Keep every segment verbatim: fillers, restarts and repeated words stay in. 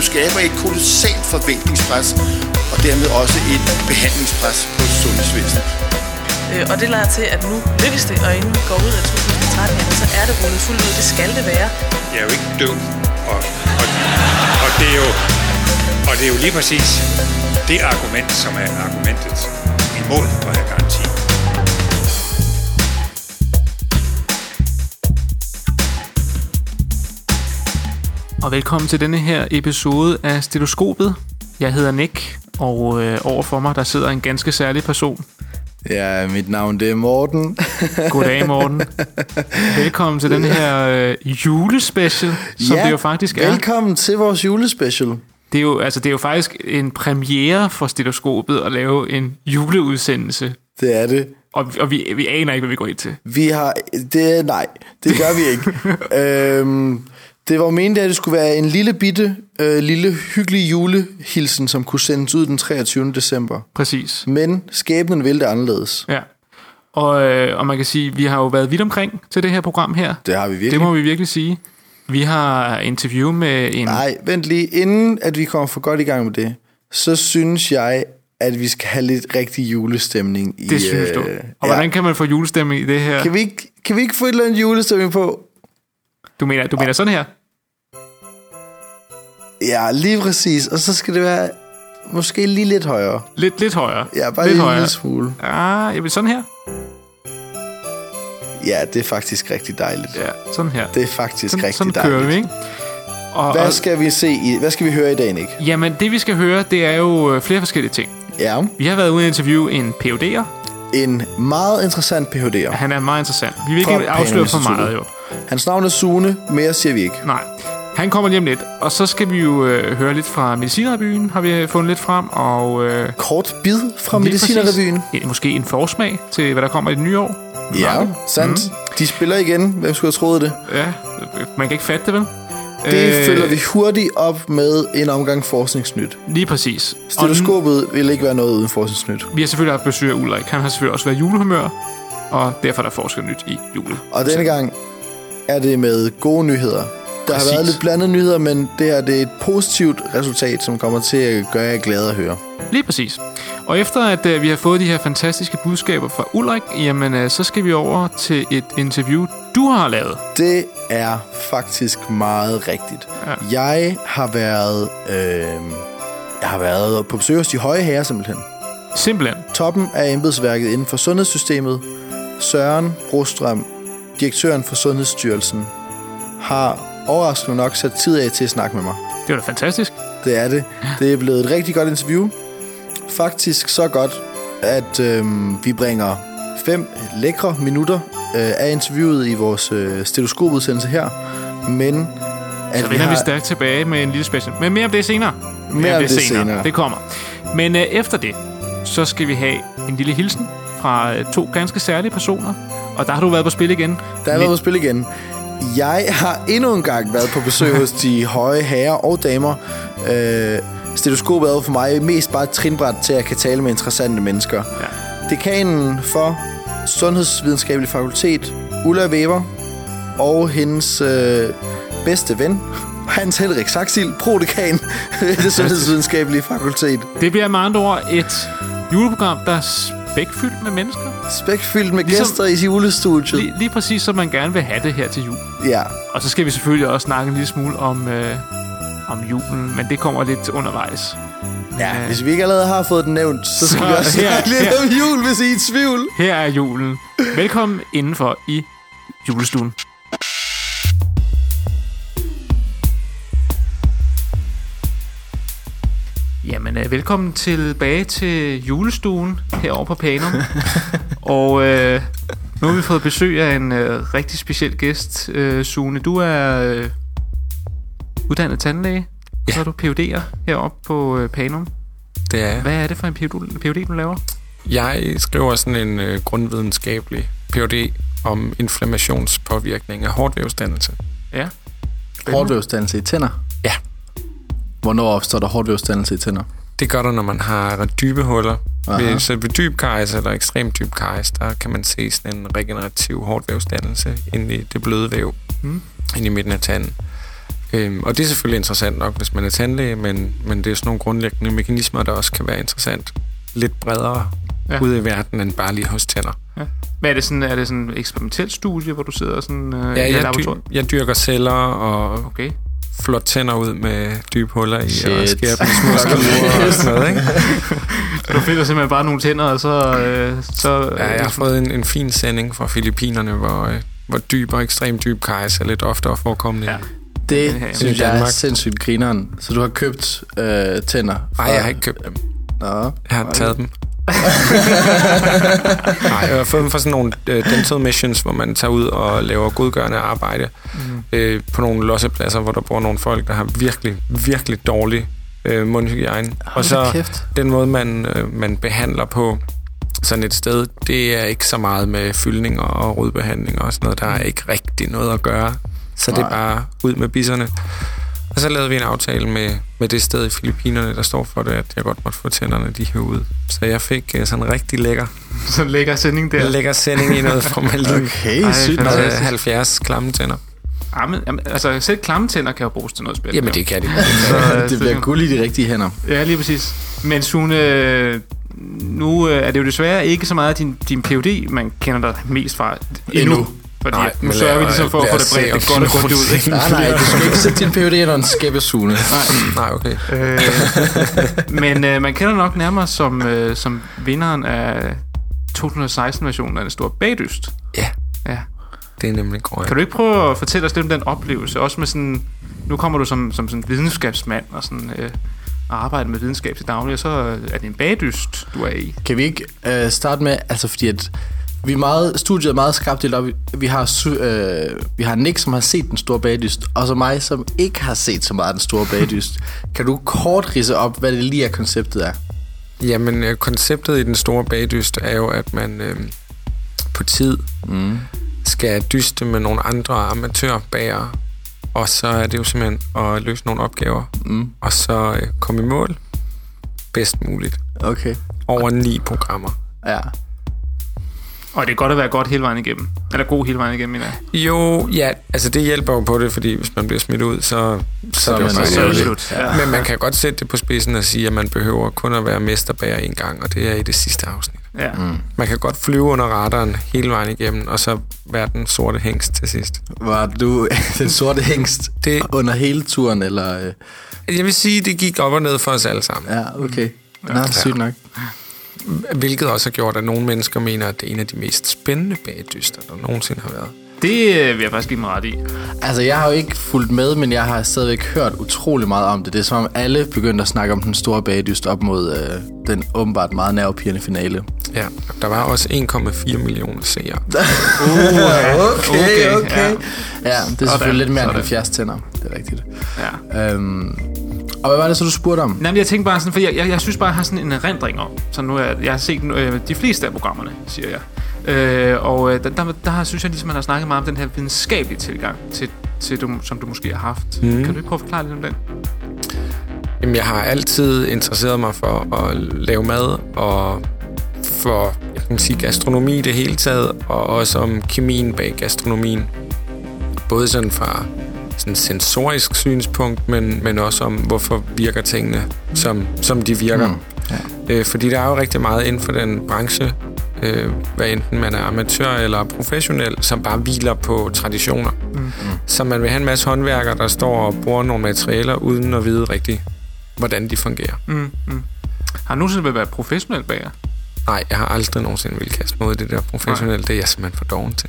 skaber et kolossalt forventningspres, og dermed også et behandlingspres på sundhedsvæsenet. Øh, og det lader til, at nu lykkes det, og inden vi går ud af to tusind tretten, så er det rullet fuldt ud. Det skal det være. Jeg er jo ikke død, og, og, og, det er jo, og det er jo lige præcis det argument, som er argumentet imod at have garanti. Og velkommen til denne her episode af Stetoskopet. Jeg hedder Nick, og øh, overfor mig der sidder en ganske særlig person. Ja, mit navn det er Morten. Goddag, Morten. Velkommen til den her øh, julespecial, som ja, det jo faktisk er. Velkommen til vores julespecial. Det er jo, altså, det er jo faktisk en premiere for Stetoskopet at lave en juleudsendelse. Det er det. Og, og vi, vi aner ikke, hvad vi går ind til. Vi har... Det, nej, det gør vi ikke. øhm, det var meningen, at det skulle være en lille bitte, øh, lille hyggelig julehilsen, som kunne sendes ud den treogtyvende december. Præcis. Men skæbnen ville det anderledes. Ja. Og, øh, og man kan sige, vi har jo været vidt omkring til det her program her. Det har vi virkelig. Det må vi virkelig sige. Vi har interview med en... Nej, vent lige. Inden at vi kommer for godt i gang med det, så synes jeg, at vi skal have lidt rigtig julestemning i... Det synes du. Og ja. hvordan kan man få julestemning i det her? Kan vi ikke, kan vi ikke få et eller andet julestemning på? Du mener, du mener sådan her? Ja, lige præcis. Og så skal det være måske lige lidt højere. Lidt, lidt højere? Ja, bare lidt lige højere. En lille smule. Ah, jeg vil sådan her? Ja, det er faktisk rigtig dejligt. Ja, sådan her. Det er faktisk sådan, rigtig sådan dejligt. Sådan kører vi, ikke? Og, hvad og, skal vi se i, hvad skal vi høre i dag, Nick? Jamen, det vi skal høre, det er jo flere forskellige ting. Ja. Vi har været ude at interviewe en P H D'er. En meget interessant P H D'er. Han er meget interessant. Vi vil ikke afsløre for meget, jo. Hans navn er Sune, mere siger vi ikke. Nej. Han kommer lige om lidt, og så skal vi jo øh, høre lidt fra Medicinerrevyen, har vi fundet lidt frem, og... Øh, Kort bid fra Medicinerrevyen. Måske en forsmag til, hvad der kommer i det nye år. Ja, Nej. sandt. Mm. De spiller igen. Hvem skulle have troet det? Ja, man kan ikke fatte det, vel? Det øh, følger vi hurtigt op med en omgang forskningsnyt. Lige præcis. Stetoskopet vil ikke være noget uden forskningsnyt. Vi har selvfølgelig haft besøg af Ulrik. Han har selvfølgelig også været julehumør, og derfor er der forskernyt i julet. Og denne gang er det med gode nyheder. Der Præcis. har været lidt blandede nyheder, men det her det er et positivt resultat, som kommer til at gøre jer glade at høre. Lige præcis. Og efter at uh, vi har fået de her fantastiske budskaber fra Ulrik, jamen uh, så skal vi over til et interview, du har lavet. Det er faktisk meget rigtigt. Ja. Jeg har været øh, jeg har været på besøg hos de høje herrer simpelthen. Simpelthen. Toppen af embedsværket inden for sundhedssystemet. Søren Brostrøm, direktøren for Sundhedsstyrelsen, har overraskende nok sat tid af til at snakke med mig. Det var da fantastisk. Det er det. Det er blevet et rigtig godt interview. Faktisk så godt, at øh, vi bringer fem lækre minutter øh, af interviewet i vores øh, stetoskopudsendelse her. Men at så vender vi, har... vi stærkt tilbage med en lille special. Men mere om det senere. Mere, mere om det, det senere. senere. Det kommer. Men øh, efter det, så skal vi have en lille hilsen fra øh, to ganske særlige personer. Og der har du været på spil igen. Der har jeg været på spil igen. Jeg har endnu en gang været på besøg hos de høje herrer og damer. Øh, Stetoskopet er for mig mest bare et trinbræt til at kan tale med interessante mennesker. Ja. Dekanen for Sundhedsvidenskabelig Fakultet, Ulla Weber, og hendes øh, bedste ven, Hans Henrik Saxil, prodekan ved det Sundhedsvidenskabelige Fakultet. Det bliver med andre ord et juleprogram, der er spækfyldt med mennesker. Spækfyldt med ligesom, gæster i julestudiet. Lige, lige præcis, som man gerne vil have det her til jul. Ja. Og så skal vi selvfølgelig også snakke en lille smule om, øh, om julen, men det kommer lidt undervejs. Ja, øh, hvis vi ikke allerede har fået den nævnt, så skal så vi også snakke lidt om jul, hvis I er i tvivl. Her er julen. Velkommen indenfor i julestuen. Jamen, øh, velkommen tilbage til julestuen herovre på Panum. Og øh, nu har vi fået besøg af en øh, rigtig speciel gæst. Øh, Sune, du er øh, uddannet tandlæge. Ja. Så er du P H D'er heroppe på øh, Panum. Det er jeg. Hvad er det for en P H D, du laver? Jeg skriver sådan en øh, grundvidenskabelig P H D om inflammationspåvirkning af hårdvævsdannelse. Ja. Hårdvævsdannelse i tænder? Ja. Hvornår opstår der hårdvævsdannelse i tænder? Det gør der, når man har dybe huller. Ved, så ved dyb karies eller ekstremt dyb karies, der kan man se sådan en regenerativ hårdvævsdannelse inde i det bløde væv, mm. inde i midten af tanden. Øhm, og det er selvfølgelig interessant nok, hvis man er tandlæge, men, men det er sådan nogle grundlæggende mekanismer, der også kan være interessant. Lidt bredere ja. ude i verden, end bare lige hos tænder. Ja. Men er det sådan, er det sådan et eksperimentelt studie, hvor du sidder sådan øh, ja, i et jeg, laboratorium? dy- jeg dyrker celler og okay. flot tænder ud med dybe huller i, Shit. og skærer dem små skruer og sådan noget, ikke? Du finder simpelthen bare nogle tænder, og så... Øh, så ja, jeg har fået en, en fin sending fra Filippinerne, hvor, øh, hvor dyb og ekstremt dyb karies er lidt oftere forekommende. Ja. Det her, synes jeg er sindssygt grineren. Så du har købt øh, tænder? Nej, jeg har ikke købt dem. Nå. Jeg har taget dem. Nej, jeg har fået dem fra sådan nogle uh, dental missions, hvor man tager ud og laver godgørende arbejde mm. øh, på nogle lossepladser, hvor der bor nogle folk, der har virkelig, virkelig dårlig øh, mundhygiejne. Og så kæft. Den måde, man, øh, man behandler på sådan et sted, det er ikke så meget med fyldning og rodbehandling og sådan noget. Der er ikke rigtig noget at gøre. Så Nej. Det er bare ud med bisserne. Og så lavede vi en aftale med, med det sted i Filippinerne, der står for det, at jeg godt måtte få tænderne de her ud. Så jeg fik uh, sådan en rigtig lækker... Så en lækker sending der. En lækker sending i noget formalin. Okay, Ej, sygt. Med halvfjerds klamme tænder. Jamen, altså selv klamme tænder kan jo bruges til noget spændende. Jamen det kan de. Så, det bliver guld i de rigtige hænder. Ja, lige præcis. Men Sune, nu er det jo desværre ikke så meget din, din P H D, man kender dig mest fra endnu. endnu. Fordi nej, nu sørger vi ligesom for at få det bredt. Det godt og godt ud, ikke? Nej, nej, du skal ikke sætte din P H D under en skæbbesune. Nej, nej, okay. Øh, men øh, man kender nok nærmere som, øh, som vinderen af to tusind og seksten-versionen af Den Store Bagdyst. Ja, ja. Det er nemlig korrekt. Kan du ikke prøve at fortælle os lidt om den oplevelse? Også med sådan, nu kommer du som, som sådan videnskabsmand og sådan... Øh, arbejde med videnskab til daglig, og så er det en bagdyst, du er i. Kan vi ikke øh, starte med, altså fordi at vi er meget, studiet er meget skarpt delt op. Vi har, øh, vi har Nick, som har set Den Store Bagdyst, og så mig, som ikke har set så meget Den Store Bagdyst. Kan du kort ridse op, hvad det lige er, konceptet er? Jamen, øh, konceptet i Den Store Bagdyst er jo, at man øh, på tid mm. skal dyste med nogle andre amatørbagere, og så er det jo simpelthen at løse nogle opgaver, mm. og så øh, komme i mål bedst muligt. Okay. Over ni programmer. Ja. Og det er godt at være godt hele vejen igennem. Eller god hele vejen igennem, mener jeg. Jo, ja, altså det hjælper jo på det, fordi hvis man bliver smidt ud, så, så, så er det jo bare slut. Ja. Men man kan godt sætte det på spidsen og sige, at man behøver kun at være mesterbager en gang, og det er i det sidste afsnit. Ja. Mm. Man kan godt flyve under radaren hele vejen igennem, og så være den sorte hængst til sidst. Var du den sorte hængst det, under hele turen, eller? Jeg vil sige, det gik op og ned for os alle sammen. Ja, okay. Nå, ja. Sygt nok. Hvilket også har gjort, at nogle mennesker mener, at det er en af de mest spændende bagdyster, der nogensinde har været. Det vil jeg faktisk give mig ret i. Altså, jeg har jo ikke fulgt med, men jeg har stadigvæk hørt utrolig meget om det. Det er som om alle begyndte at snakke om Den Store Bagdyst op mod øh, den åbenbart meget nervepirrende finale. Ja, der var også en komma fire millioner seere. uh, okay, okay. okay. Ja, ja, det er selvfølgelig sådan, lidt mere sådan. end halvfjerds tænder. Det er rigtigt. Ja. Øhm, og hvad var det så, du spurgte om? Nej, men jeg tænkte bare sådan, for jeg, jeg, jeg synes bare, jeg har sådan en erindring om. Så nu er jeg har set øh, de fleste af programmerne, siger jeg. Øh, og øh, der, der, der synes jeg ligesom, man har snakket meget om den her videnskabelige tilgang, til, til du, som du måske har haft. Mm. Kan du ikke prøve at forklare lidt om den? Jamen, jeg har altid interesseret mig for at lave mad, og for jeg kan sige, gastronomi i det hele taget, og også om kemien bag gastronomien. Både sådan fra sådan sensorisk synspunkt, men, men også om, hvorfor virker tingene, som, som de virker. Mm. Ja. Øh, fordi der er jo rigtig meget inden for den branche, øh, hvad enten man er amatør eller professionel, som bare hviler på traditioner. Mm. Så man vil have en masse håndværkere, der står og bruger nogle materialer, uden at vide rigtigt, hvordan de fungerer. Mm. Mm. Har du nogensinde været professionel bager? Nej, jeg har aldrig nogensinde ville kaste mod det der professionelle. Det er jeg simpelthen for doven til.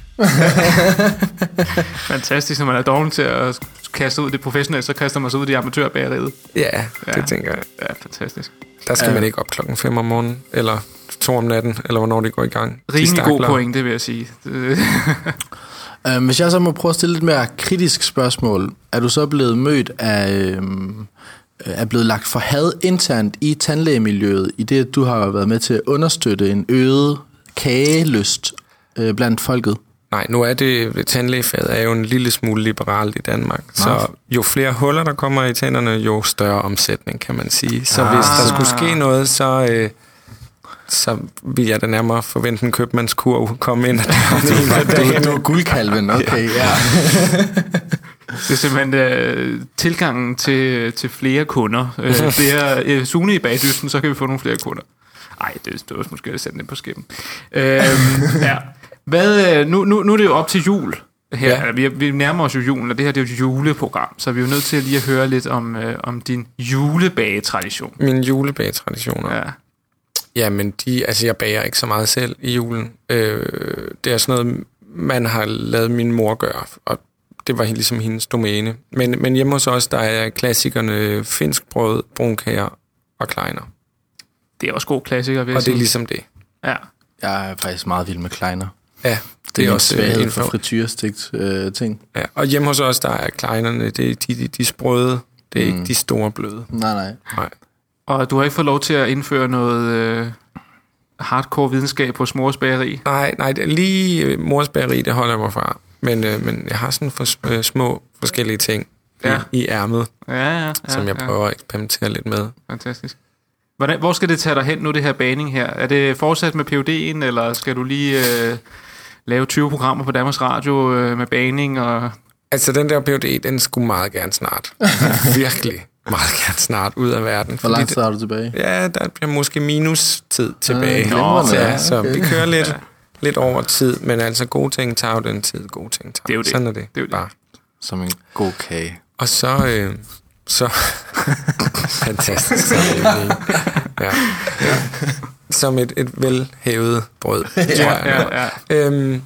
Fantastisk, når man er doven til at kaste ud det professionelle, så kaster man sig ud i det amatørbageriet. Ja, ja, det tænker jeg. Ja, fantastisk. Der skal uh, man ikke op klokken fem om morgenen, eller to om natten, eller hvornår det går i gang. Rimelig god point, det vil jeg sige. uh, hvis jeg så må prøve at stille lidt mere kritisk spørgsmål, er du så blevet mødt af... Øh, er blevet lagt for had internt i tandlægemiljøet, i det, at du har været med til at understøtte en øget kagelyst øh, blandt folket? Nej, nu er det, tandlægefaget er jo en lille smule liberalt i Danmark, Nå. så jo flere huller, der kommer i tænderne, jo større omsætning, kan man sige. Så ah. hvis der skulle ske noget, så... Øh, så vil jeg da nærmere forvente en købmandskurv komme ind. Det er guldkalven, okay, ja. Det er simpelthen øh, tilgangen til, til flere kunder. Øh, flere øh, Sune i bagdysten, så kan vi få nogle flere kunder. Ej, det er også måske at sætte den på skæben. Øh, ja. Hvad, nu, nu, nu er det jo op til jul. Her. Ja. Vi, vi nærmer os jo julen, og det her det er jo et juleprogram, så vi er jo nødt til lige at høre lidt om, øh, om din julebagetradition. Min julebagetraditioner? Ja. Jamen, de, altså jeg bager ikke så meget selv i julen. Øh, det er sådan noget, man har lavet min mor gøre, og det var ligesom hendes domæne. Men, men hjemme hos os, der er klassikerne finsk brød, brunkager og kleiner. Det er også god klassiker, vil jeg Og sige. det er ligesom det. Ja. Jeg er faktisk meget vild med kleiner. Ja, det, det er også svaghed øh, for frityrestegt øh, ting. Ja, og hjemme hos os, der er kleinerne, det er de, de, de sprøde, det er mm. ikke de store bløde. Nej, nej. Nej. Og du har ikke fået lov til at indføre noget øh, hardcore videnskab på mors bageri? Nej, nej, det er lige mors bageri, det holder jeg mig fra. Men, øh, men jeg har sådan for, øh, små forskellige ting ja. i, i ærmet, ja, ja, ja, som jeg ja. prøver at eksperimentere lidt med. Fantastisk. Hvordan, hvor skal det tage dig hen nu, det her bagning her? Er det fortsat med P H D'en, eller skal du lige øh, lave tyve programmer på Danmarks Radio øh, med bagning? Og... Altså, den der P H D, den skulle meget gerne snart. Virkelig meget gerne snart ud af verden. Hvor lang tid har du tilbage? Ja, der bliver måske minus tid tilbage. Ja, Nå, ja, ja, så okay. vi kører lidt, ja. lidt over tid, men altså gode ting tager jo den tid, gode ting tager. Det er jo det. Sådan er det, det, er jo bare. Som en god kage. Og så... Øh, så fantastisk. Så ja. Ja. Som et, et velhævet brød, tror jeg. Ja, ja. Øhm,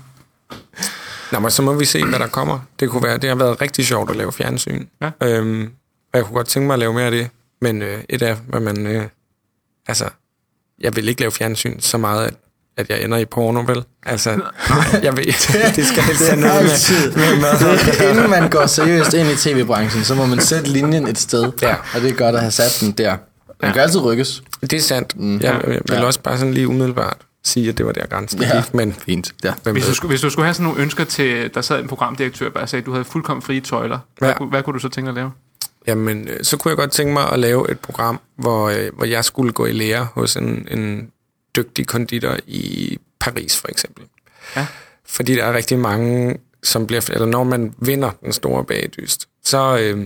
nå, men så må vi se, hvad der kommer. Det kunne være, det har været rigtig sjovt at lave fjernsyn. Ja. Øhm, og jeg kunne godt tænke mig at lave mere af det. Men øh, et af, hvad man... Øh, altså, jeg vil ikke lave fjernsyn så meget, at, at jeg ender i porno, vel? Altså, nej, jeg ved, det skal helst have noget med, med mad. Inden man går seriøst ind i tv-branchen, så må man sætte linjen et sted. Ja. Og det er godt at have sat den der. Den Ja. kan altid rykkes. Det er sandt. Mm. Jeg, jeg vil Ja. også bare sådan lige umiddelbart sige, at det var der grænsen. Ja. Men Fint. Ja. hvem Hvis ved? du, skulle, hvis du skulle have sådan nogle ønsker til, der sad en programdirektør og bare sagde, at du havde fuldkommen frie tøjler, hvad, Ja. kunne, hvad kunne du så tænke dig at lave? Jamen, øh, så kunne jeg godt tænke mig at lave et program, hvor, øh, hvor jeg skulle gå i lære hos en, en dygtig konditor i Paris, for eksempel. Ja. Fordi der er rigtig mange, som bliver... Eller når man vinder den store bagedyst, så, øh,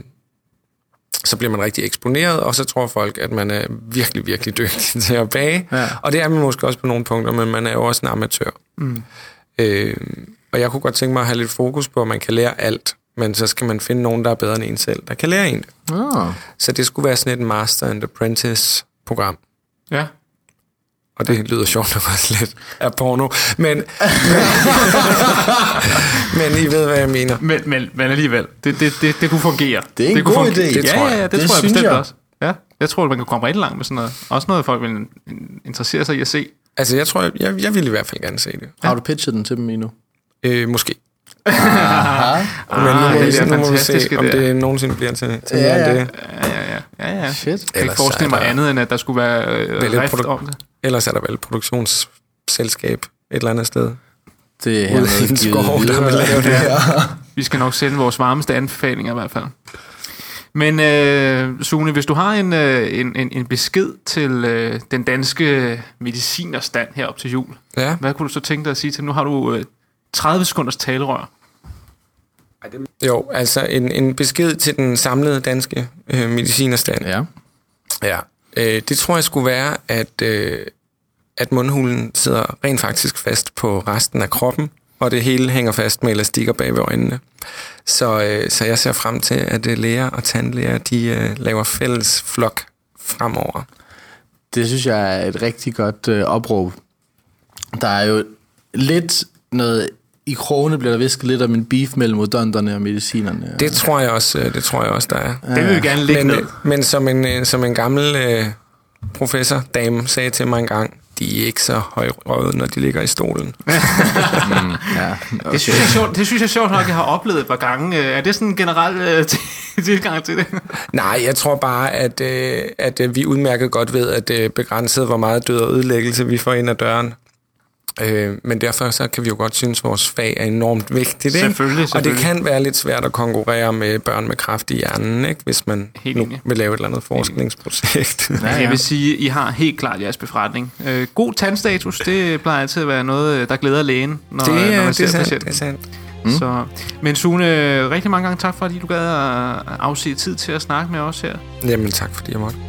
så bliver man rigtig eksponeret, og så tror folk, at man er virkelig, virkelig dygtig til at bage. Ja. Og det er man måske også på nogle punkter, men man er jo også en amatør. Mm. Øh, og jeg kunne godt tænke mig at have lidt fokus på, at man kan lære alt, men så skal man finde nogen, der er bedre end en selv, der kan lære en det. Oh. Så det skulle være sådan et Master and Apprentice-program. Ja. Og det lyder sjovt nok også lidt af porno. Men, men, men I ved, hvad jeg mener. Men, men, men alligevel, det, det, det, det kunne fungere. Det er en det kunne god fungere. idé. Det Ja, tror ja, jeg. ja, det, Det tror jeg synes bestemt jeg. også. Ja, jeg tror, at man kan komme rigtig langt med sådan noget. Også noget, folk vil interessere sig i at se. Altså, jeg tror, jeg, jeg, jeg vil i hvert fald gerne se det. Har du pitchet den til dem endnu? Øh, måske. Aha. Men nu må, det vi, er nu må vi fantastisk, se, om det der. det nogensinde bliver til, til Ja, mere ja. end det. Ja, ja, ja. ja, ja. Shit. Jeg kan ikke Ellers forestille er mig der- andet, end at der skulle være øh, Vel et rift produ- om det. Ellers er der vel et produktionsselskab et eller andet sted. Det er Ude i hermed en givet skov, der videre. vil lave det her. Vi skal nok sende vores varmeste anbefalinger i hvert fald. Men øh, Sune, hvis du har en, øh, en, en, en besked til øh, den danske medicinerstand herop til jul, Ja. hvad kunne du så tænke dig at sige til dem? Nu har du øh, tredive sekunders talerør. Jo, altså en, en besked til den samlede danske øh, medicinerstand. Ja. Ja, øh, det tror jeg skulle være, at, øh, at mundhulen sidder rent faktisk fast på resten af kroppen, og det hele hænger fast med elastikker bag ved øjnene. Så, øh, så jeg ser frem til, at øh, læger og tandlæger, de øh, laver fælles flok fremover. Det synes jeg er et rigtig godt øh, opråb. Der er jo lidt noget... I krogene bliver der visket lidt om en beef mellem odonterne og medicinerne. Det tror jeg også, øh, det tror jeg også, der er. Det vil vi gerne lægge Men, ned. øh, men som en, øh, som en gammel øh, professor, dame, sagde til mig en gang, de er ikke så højrøde, når de ligger i stolen. mm, ja. Okay. Det synes jeg er sjovt, det synes jeg er sjovt nok, jeg har oplevet et par gange. Øh, Er det sådan en generel øh, tilgang til det? Nej, jeg tror bare, at, øh, at øh, vi udmærket godt ved, at det er begrænset, hvor meget død og ødelæggelse vi får ind ad døren. Øh, men derfor så kan vi jo godt synes, at vores fag er enormt vigtigt. Ikke? Selvfølgelig, Og det selvfølgelig. kan være lidt svært at konkurrere med børn med kræft i hjernen, ikke? Hvis man Helt nu enig. vil lave et eller andet forskningsprojekt. Ja, ja. Jeg vil sige, I har helt klart jeres befretning. Øh, god tandstatus, det plejer altid at være noget, der glæder lægen, når, Det, når er, man det, ser er sandt, patienten. det er sandt. Mm. Så, men Sune, rigtig mange gange tak, fordi du gad at afse tid til at snakke med os her. Jamen tak, fordi jeg måtte.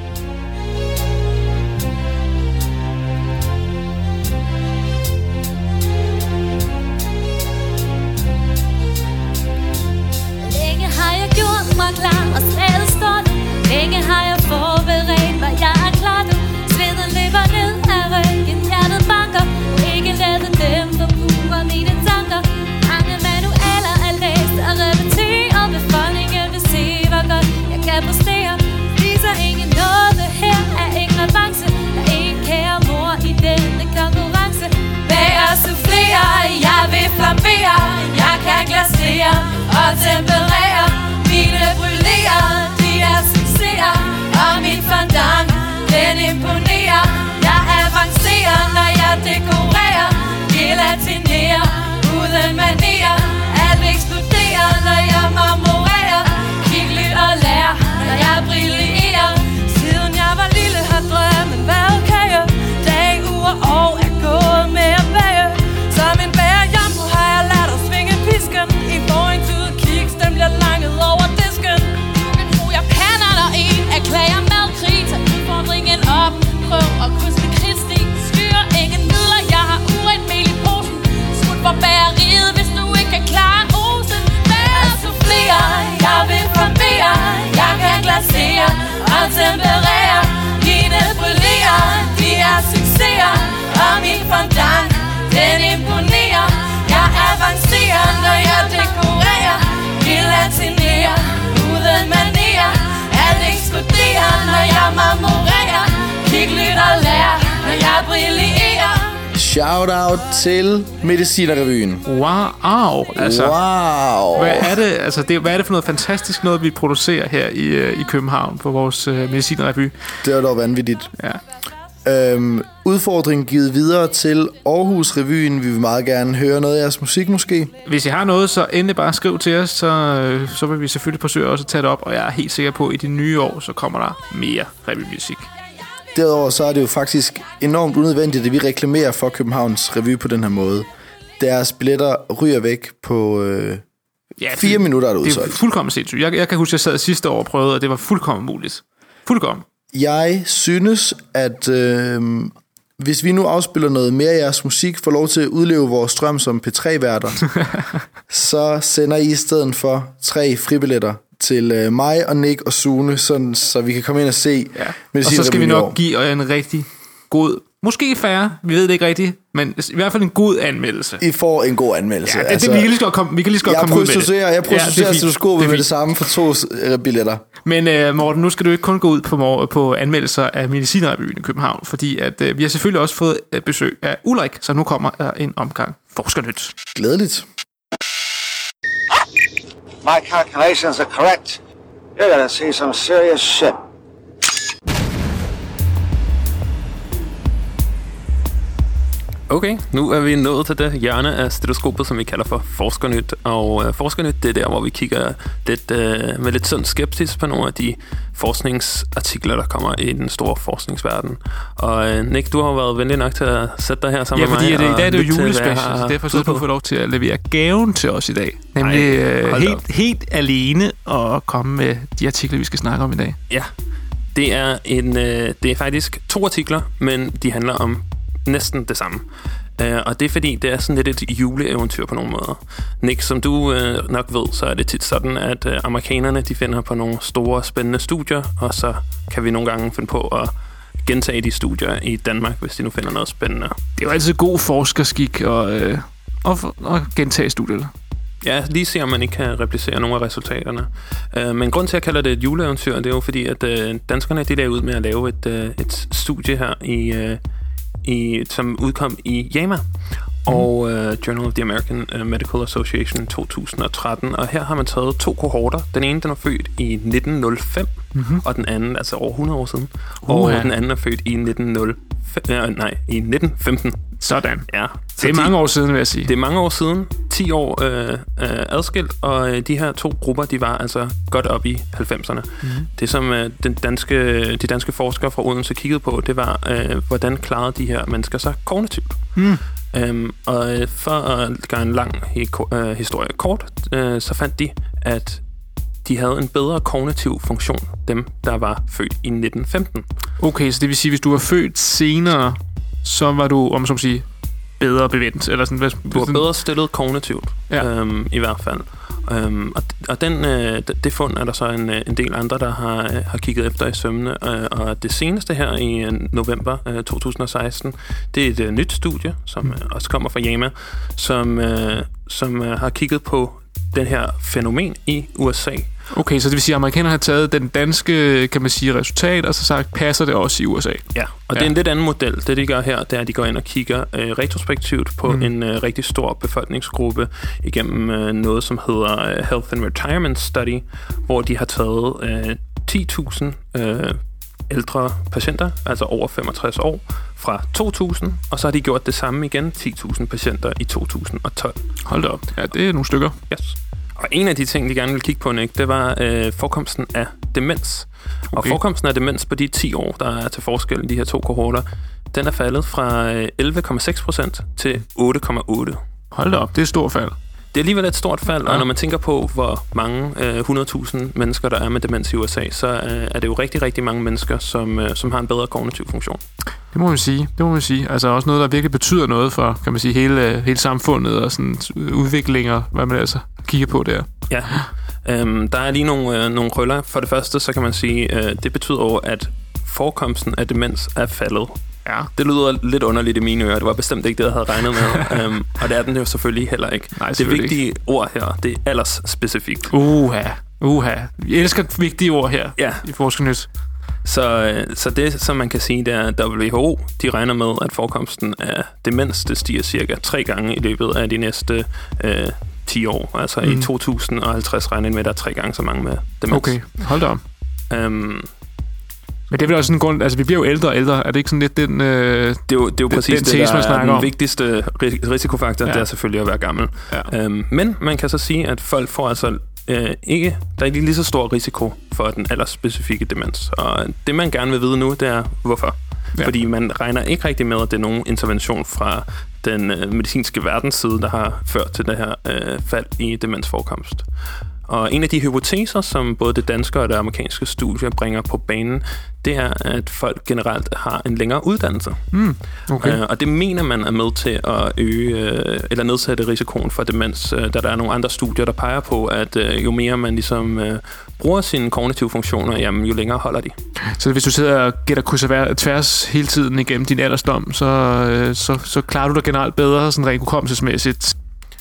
Længe har jeg gjort mig klar, og slaget står nu. Længe har jeg forberedt, hvad jeg er klar nu. Sveden løber ned af ryggen, hjertet banker. Og ikke lade dem forpure mine tanker. Mange manualer er læst og repeteret. Befolkningen vil se, hvor godt jeg kan præstere. Viser ingen noget, her er ingen revanche. Der er en kære mor i denne konkurrence. Bag og soufflere, jeg vil flambere. Jeg kan glasere og temperere. Mine brûléer, de er succeser. Og min fondant, den imponerer. Jeg avancerer, når jeg dekorerer. Gelatinerer, uden manerer. Alt eksploderer, når jeg marmorerer. Kig, lyt og lær, når jeg brillerer. Siden jeg var lille har drømmen været kage. Dag, uger, år er gået med at bage. Som en bærejambo har jeg lært at svinge pisken. I forhold til kiks, den bliver langet over disken. Du kan tro, jeg kan eller en. Erklærer madkrig, tag udfordringen op. Prøv at krydse med Kristi. Styr ingen midler, jeg har urent mel i posen. Smut for bageriet, hvis du ikke kan klare osen. Bag og soufflere, jeg vil flambere. Jeg kan glasere og temperere. Mine brûléer, de er succeser. Og min fondant, den imponerer. Jeg avancerer, når jeg dekorerer. Gelatinerer, uden manerer. Alt eksploderer, når jeg marmorerer. Kig, lyt og lær, når jeg brillerer. Shout out til Medicinerrevyen. Wow, altså. Wow. Hvad er det, altså det, hvad er det for noget fantastisk noget, vi producerer her i, i København på vores uh, Medicinerrevy? Det er dog vanvittigt. Ja. Øhm, udfordringen givet videre til Aarhus Revyen. Vi vil meget gerne høre noget af jeres musik måske. Hvis I har noget, så endelig bare skriv til os, så, så vil vi selvfølgelig forsøge også at tage det op. Og jeg er helt sikker på, at i det nye år, så kommer der mere revymusik. Derudover så er det jo faktisk enormt unødvendigt, at vi reklamerer for Københavns Revy på den her måde. Deres billetter ryger væk på øh, ja, fire det, minutter, er det udsolgt. udsolgt. Det er fuldkommen sindssygt. Jeg, jeg kan huske, at jeg sad sidste år og prøvede, og det var fuldkommen muligt. Fuldkommen. Jeg synes, at øh, hvis vi nu afspiller noget mere af jeres musik, får lov til at udleve vores drøm som P tre-værter, så sender I i stedet for tre fribilletter til øh, mig og Nick og Sune, sådan, så vi kan komme ind og se. Ja. Og så skal vi nok give en rigtig god, måske færre, vi ved det ikke rigtigt, men i hvert fald en god anmeldelse. I får en god anmeldelse. Ja, det, altså, det, vi kan lige så godt komme, vi kan lige så godt komme ud med det. Jeg processerer ja, stetoskopet med det samme for to uh, billetter. Men uh, Morten, nu skal du ikke kun gå ud på, på anmeldelser af Medicinerrevyen i København, fordi at, uh, vi har selvfølgelig også fået uh, besøg af Ulrik, så nu kommer der uh, en omgang Forskernyt. Glædeligt. My calculations are correct. You're gonna see some serious shit. Okay, nu er vi nået til det hjørne af stetoskopet, som vi kalder for Forskernyt. Og øh, Forskernyt, det er der, hvor vi kigger lidt, øh, med lidt sund skepsis på nogle af de forskningsartikler, der kommer i den store forskningsverden. Og øh, Nick, du har været venlig nok til at sætte dig her sammen ja, med mig. Ja, fordi i dag er det jo julespecial, så derfor så du får lov til at levere gaven til os i dag. Nemlig øh, helt, helt alene at komme med de artikler, vi skal snakke om i dag. Ja, det er, en, øh, det er faktisk to artikler, men de handler om næsten det samme. Uh, og det er fordi, det er sådan lidt et juleeventyr på nogle måder. Nick, som du uh, nok ved, så er det tit sådan, at uh, amerikanerne, de finder på nogle store, spændende studier, og så kan vi nogle gange finde på at gentage de studier i Danmark, hvis de nu finder noget spændende. Det er jo altid god forskerskik at, øh, at, at gentage studier. Ja, lige se, om man ikke kan replicere nogle af resultaterne. Uh, men grund til, at jeg kalder det et juleeventyr, det er jo fordi, at uh, danskerne, de er ud med at lave et, uh, et studie her i... Uh, I, som udkom i JAMA og uh, Journal of the American Medical Association to tusind og tretten, og her har man taget to kohorter. Den ene, den er født i nitten nul fem, mm-hmm. og den anden, altså over hundrede år siden, uh-huh. og den anden er født i nitten nul fem, øh, nej, i nitten femten. Sådan. Ja. Det er mange år siden, vil jeg sige. Det er mange år siden, ti år øh, øh, adskilt, og øh, de her to grupper, de var altså godt op i halvfemserne. Mm-hmm. Det, som øh, den danske, de danske forskere fra Odense kiggede på, det var, øh, hvordan klarede de her mennesker sig kognitivt. Mm. Øhm, og øh, for at gøre en lang hi- øh, historie kort, øh, så fandt de, at de havde en bedre kognitiv funktion, dem der var født i nitten femten. Okay, så det vil sige, hvis du var født senere, så var du, om så at sige, bedre bevendt, eller sådan, hvad, du var bedre stillet kognitivt, ja. øhm, i hvert fald. Øhm, og og den, øh, det fund er der så en, en del andre, der har, øh, har kigget efter i sømmene, øh, og det seneste her i øh, november øh, to tusind og seksten, det er et øh, nyt studie, som øh, også kommer fra JAMA, som, øh, som øh, har kigget på den her fænomen i U S A. Okay, så det vil sige, at amerikanerne har taget den danske, kan man sige, resultat, og så sagt, passer det også i U S A? Ja, og ja. Det er en lidt anden model. Det, de gør her, det er, at de går ind og kigger øh, retrospektivt på mm. en øh, rigtig stor befolkningsgruppe igennem øh, noget, som hedder øh, Health and Retirement Study, hvor de har taget øh, ti tusind øh, ældre patienter, altså over femogtres år, fra to tusind, og så har de gjort det samme igen, ti tusind patienter i to tusind og tolv. Hold da op. Ja, det er nogle stykker. Yes. Og en af de ting, de gerne ville kigge på, Nick, det var øh, forekomsten af demens. Okay. Og forekomsten af demens på de ti år, der er til forskel i de her to kohorter, den er faldet fra elleve komma seks procent til otte komma otte. Hold da op, det er et stort fald. Det er alligevel et stort fald, ja. Og når man tænker på, hvor mange øh, hundrede tusind mennesker, der er med demens i U S A, så øh, er det jo rigtig, rigtig mange mennesker, som, øh, som har en bedre kognitiv funktion. Det må man sige. Det må man sige. Altså også noget, der virkelig betyder noget for, kan man sige, hele, hele samfundet og sådan udviklinger, hvad man altså kigger på der. Ja. Øhm, der er lige nogle, øh, nogle krøller. For det første, så kan man sige, øh, det betyder jo, at forekomsten af demens er faldet. Ja. Det lyder lidt underligt i mine ører. Det var bestemt ikke det, jeg havde regnet med. um, og det er den jo selvfølgelig heller ikke. Nej, det vigtige ikke. Ord her, det er aldersspecifikt. Uha, uha. Vi elsker vigtige ord her ja. i Forskernyt. Så, så det, som man kan sige, det er, at W H O, de regner med, at forekomsten af demens, det stiger cirka tre gange i løbet af de næste øh, ti år. Altså mm. i to tusind og halvtreds regner med, at der er tre gange så mange med demens. Okay, hold da om. Um, Men det er vel også sådan en grund, altså vi bliver jo ældre og ældre, er det ikke sådan lidt den øh, Det er jo, det er jo præcis den, det, tese, der er den om. vigtigste risikofaktor, ja. Det er selvfølgelig at være gammel. Ja. Um, men man kan så sige, at folk får altså øh, ikke, der er ikke lige så stor risiko for den aldersspecifikke demens. Og det man gerne vil vide nu, det er hvorfor. Ja. Fordi man regner ikke rigtig med, at det er nogen intervention fra den øh, medicinske verdensside, der har ført til det her øh, fald i demensforekomst. Og en af de hypoteser, som både det danske og det amerikanske studie bringer på banen, det er, at folk generelt har en længere uddannelse. Mm, okay. uh, og det mener man er med til at øge uh, eller nedsætte risikoen for demens, uh, da der er nogle andre studier, der peger på, at uh, jo mere man ligesom uh, bruger sine kognitive funktioner, jamen, jo længere holder de. Så hvis du sidder og gætter kryds og tværs hele tiden igennem din aldersdom, så, uh, så, så klarer du dig generelt bedre, sådan rent hukommelsesmæssigt?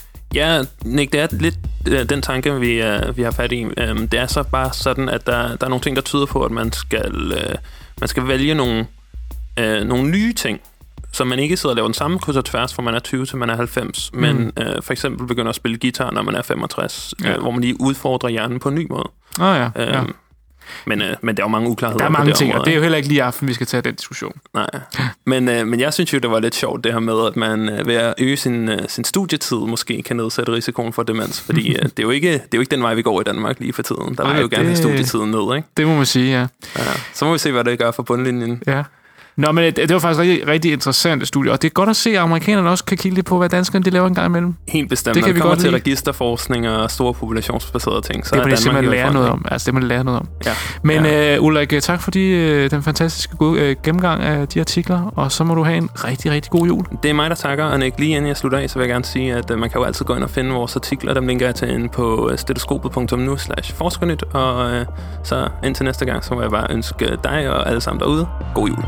Ja, Nick, det er lidt øh, den tanke, vi, øh, vi har fat i. Um, det er så bare sådan, at der, der er nogle ting, der tyder på, at man skal, øh, man skal vælge nogle, øh, nogle nye ting, så man ikke sidder og laver den samme kryds og tværs, fra man er tyve til man er halvfems, mm. men øh, for eksempel begynder at spille guitar, når man er femogtres, ja. øh, hvor man lige udfordrer hjernen på en ny måde. Ah, ja, ja. Um, Men, øh, men der er jo mange uklarheder. Der er mange det ting, område, og det er jo heller ikke lige i aften, vi skal tage den diskussion. Nej, men, øh, men jeg synes jo, det var lidt sjovt det her med, at man øh, ved at øge sin, øh, sin studietid måske kan nedsætte risikoen for demens. Fordi øh, det, er jo ikke, det er jo ikke den vej, vi går i Danmark lige for tiden. Der vil vi jo gerne have studietiden ned, ikke? Det må man sige, ja. ja. Så må vi se, hvad det gør for bundlinjen. Ja. Nå, men det, det var faktisk rigtig, rigtig interessant studie, og det er godt at se, at amerikanerne også kan kigge lidt på, hvad danskerne de laver en gang imellem. Helt bestemt. Det kan Når vi kommer godt til lide. Registerforskning og store populationsbaserede ting, så det er man Danmark simpelthen lære noget om. om. Altså, det må man lære noget om. Ja. Men ja. Uh, Ulrik, tak for de, uh, den fantastiske gode, uh, gennemgang af de artikler, og så må du have en rigtig, rigtig god jul. Det er mig, der takker, og Nick, lige inden jeg slutter af, så vil jeg gerne sige, at uh, man kan jo altid gå ind og finde vores artikler, dem linker jeg til inde på stetoskopet punktum nu slash forskernyt, og uh, så indtil næste gang, så må jeg bare ønske dig og alle sammen derude god jul.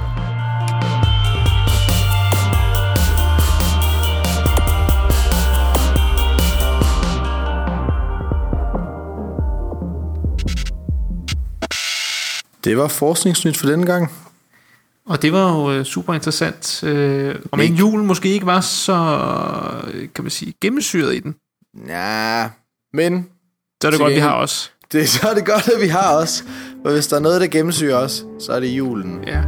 Det var forskningsnyt for denne gang. Og det var jo super interessant. Øh, om en julen måske ikke var så, kan man sige, gennemsyret i den. Ja, men... Så er det godt, vi har os. Det, så er det godt, at vi har os. For hvis der er noget, der gennemsyrer os, så er det julen. Ja.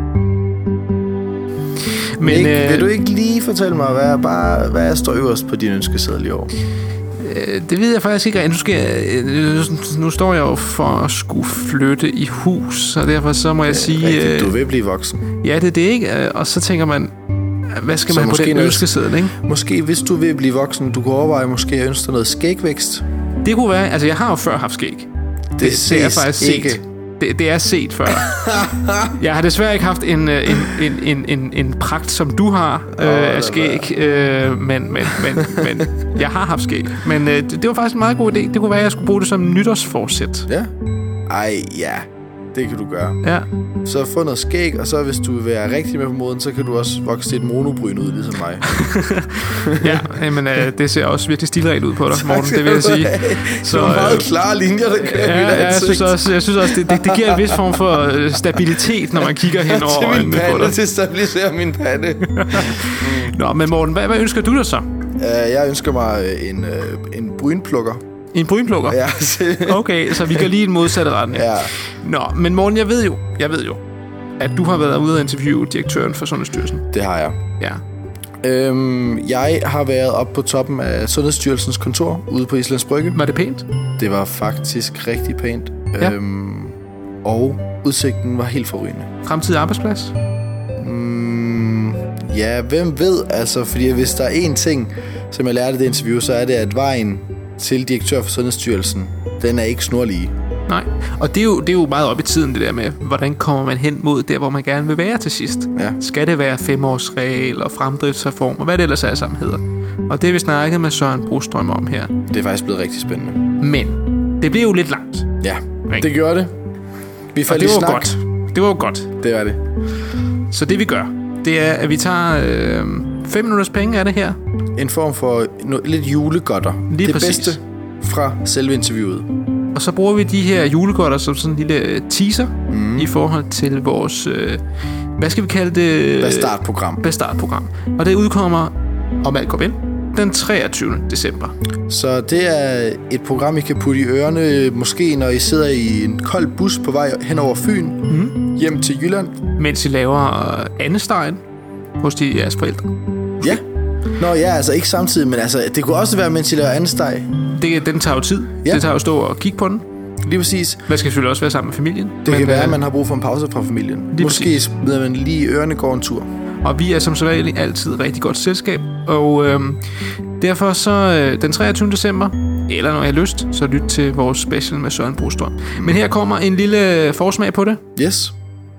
Men Nick, øh, vil du ikke lige fortælle mig, hvad, bare, hvad står øverst på din ønskeseddel i år? Det ved jeg faktisk ikke. Nu, skal jeg, nu står jeg jo for at skulle flytte i hus, og derfor så må jeg sige... Rigtigt, du vil blive voksen. Ja, det er det, ikke? Og så tænker man, hvad skal man på den ønskeseddel, ikke? Måske, hvis du vil blive voksen, du kunne overveje måske at ønske dig noget skægvækst. Det kunne være, altså jeg har jo før haft skæg. Det, det, det er faktisk ikke. set. Det, det er set før. Jeg har desværre ikke haft en, en, en, en, en, en pragt, som du har øh, oh, af skæg, øh, men, men, men, men jeg har haft skæg. Men øh, det, det var faktisk en meget god idé. Det kunne være, at jeg skulle bruge det som nytårsforsæt. Ja. Ej, ja. Det kan du gøre. Ja. Så få noget skæg, og så hvis du vil være rigtig med på moden, så kan du også vokse et monobryn ud, ligesom mig. Ja, men øh, det ser også virkelig stilret ud på dig, Morten, det vil jeg sige. Så det er meget øh, klare linjer, der kører ja, ja, jeg synes også, jeg synes også det, det, det giver en vis form for stabilitet, når man kigger hen over øjnene på dig. Til at stabilisere min pande. Nå, men Morten, hvad, hvad ønsker du dig så? Uh, jeg ønsker mig en, uh, en brynplukker. En brynplukker? Ja. Okay, så vi går lige i den modsatte retning. Ja. Nå, men Morten, jeg ved jo, jeg ved jo, at du har været ude og interviewe direktøren for Sundhedsstyrelsen. Det har jeg. Ja. Øhm, jeg har været oppe på toppen af Sundhedsstyrelsens kontor ude på Islands Brygge. Var det pænt? Det var faktisk rigtig pænt. Ja. Øhm, og udsigten var helt forrygende. Fremtidig arbejdsplads? Mm, ja, hvem ved? Altså, fordi hvis der er én ting, som jeg lærte i det interview, så er det, at vejen til direktør for Sundhedsstyrelsen, den er ikke snorlige. Nej, og det er, jo, det er jo meget op i tiden, det der med, hvordan kommer man hen mod der, hvor man gerne vil være til sidst. Ja. Skal det være femårsregel og fremdriftsreform, og hvad det ellers er sammen hedder. Og det har vi snakket med Søren Brostrøm om her. Det er faktisk blevet rigtig spændende. Men det blev jo lidt langt. Ja, ikke? Det gjorde det. Vi og det var snak. godt. Det var jo godt. Det er det. Så det vi gør, det er, at vi tager øh, fem minutters penge af det her. En form for no- lidt julegodter. Lige det præcis. bedste fra selve interviewet. Og så bruger vi de her julegodter som sådan en lille teaser mm. i forhold til vores, øh, hvad skal vi kalde det? Bastardprogram. Bastardprogram. Og det udkommer, om alt går vel, den treogtyvende december. Så det er et program, I kan putte i ørerne, måske når I sidder i en kold bus på vej hen over Fyn, mm. hjem til Jylland. Mens I laver andestegen hos de jeres forældre. Ja. Nå ja, altså ikke samtidig, men altså, det kunne også være, mens I laver andesteg. Det, den tager jo tid. Ja. Det tager jo at stå og kigge på den. Lige præcis. Man skal selvfølgelig også være sammen med familien. Det men, kan være, at man har brug for en pause fra familien. Måske smider man lige i ørerne går en tur. Og vi er som sædvanligt altid rigtig godt selskab. Og øhm, derfor så øh, den treogtyvende december, eller når jeg har lyst, så lyt til vores special med Søren Brostrøm. Men her kommer en lille forsmag på det. Yes.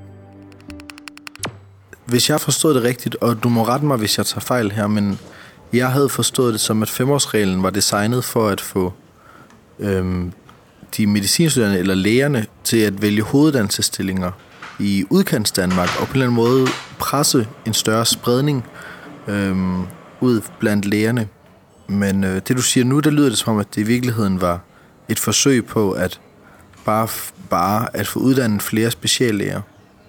Hvis jeg har forstået det rigtigt, og du må rette mig, hvis jeg tager fejl her, men jeg havde forstået det som, at femårsreglen var designet for at få øhm, de medicinstuderende eller lægerne til at vælge hoveduddannelsesstillinger i udkantsdanmark, og på en eller anden måde presse en større spredning øhm, ud blandt lægerne. Men øh, det du siger nu, det lyder det som om, at det i virkeligheden var et forsøg på at bare, bare at få uddannet flere speciallæger.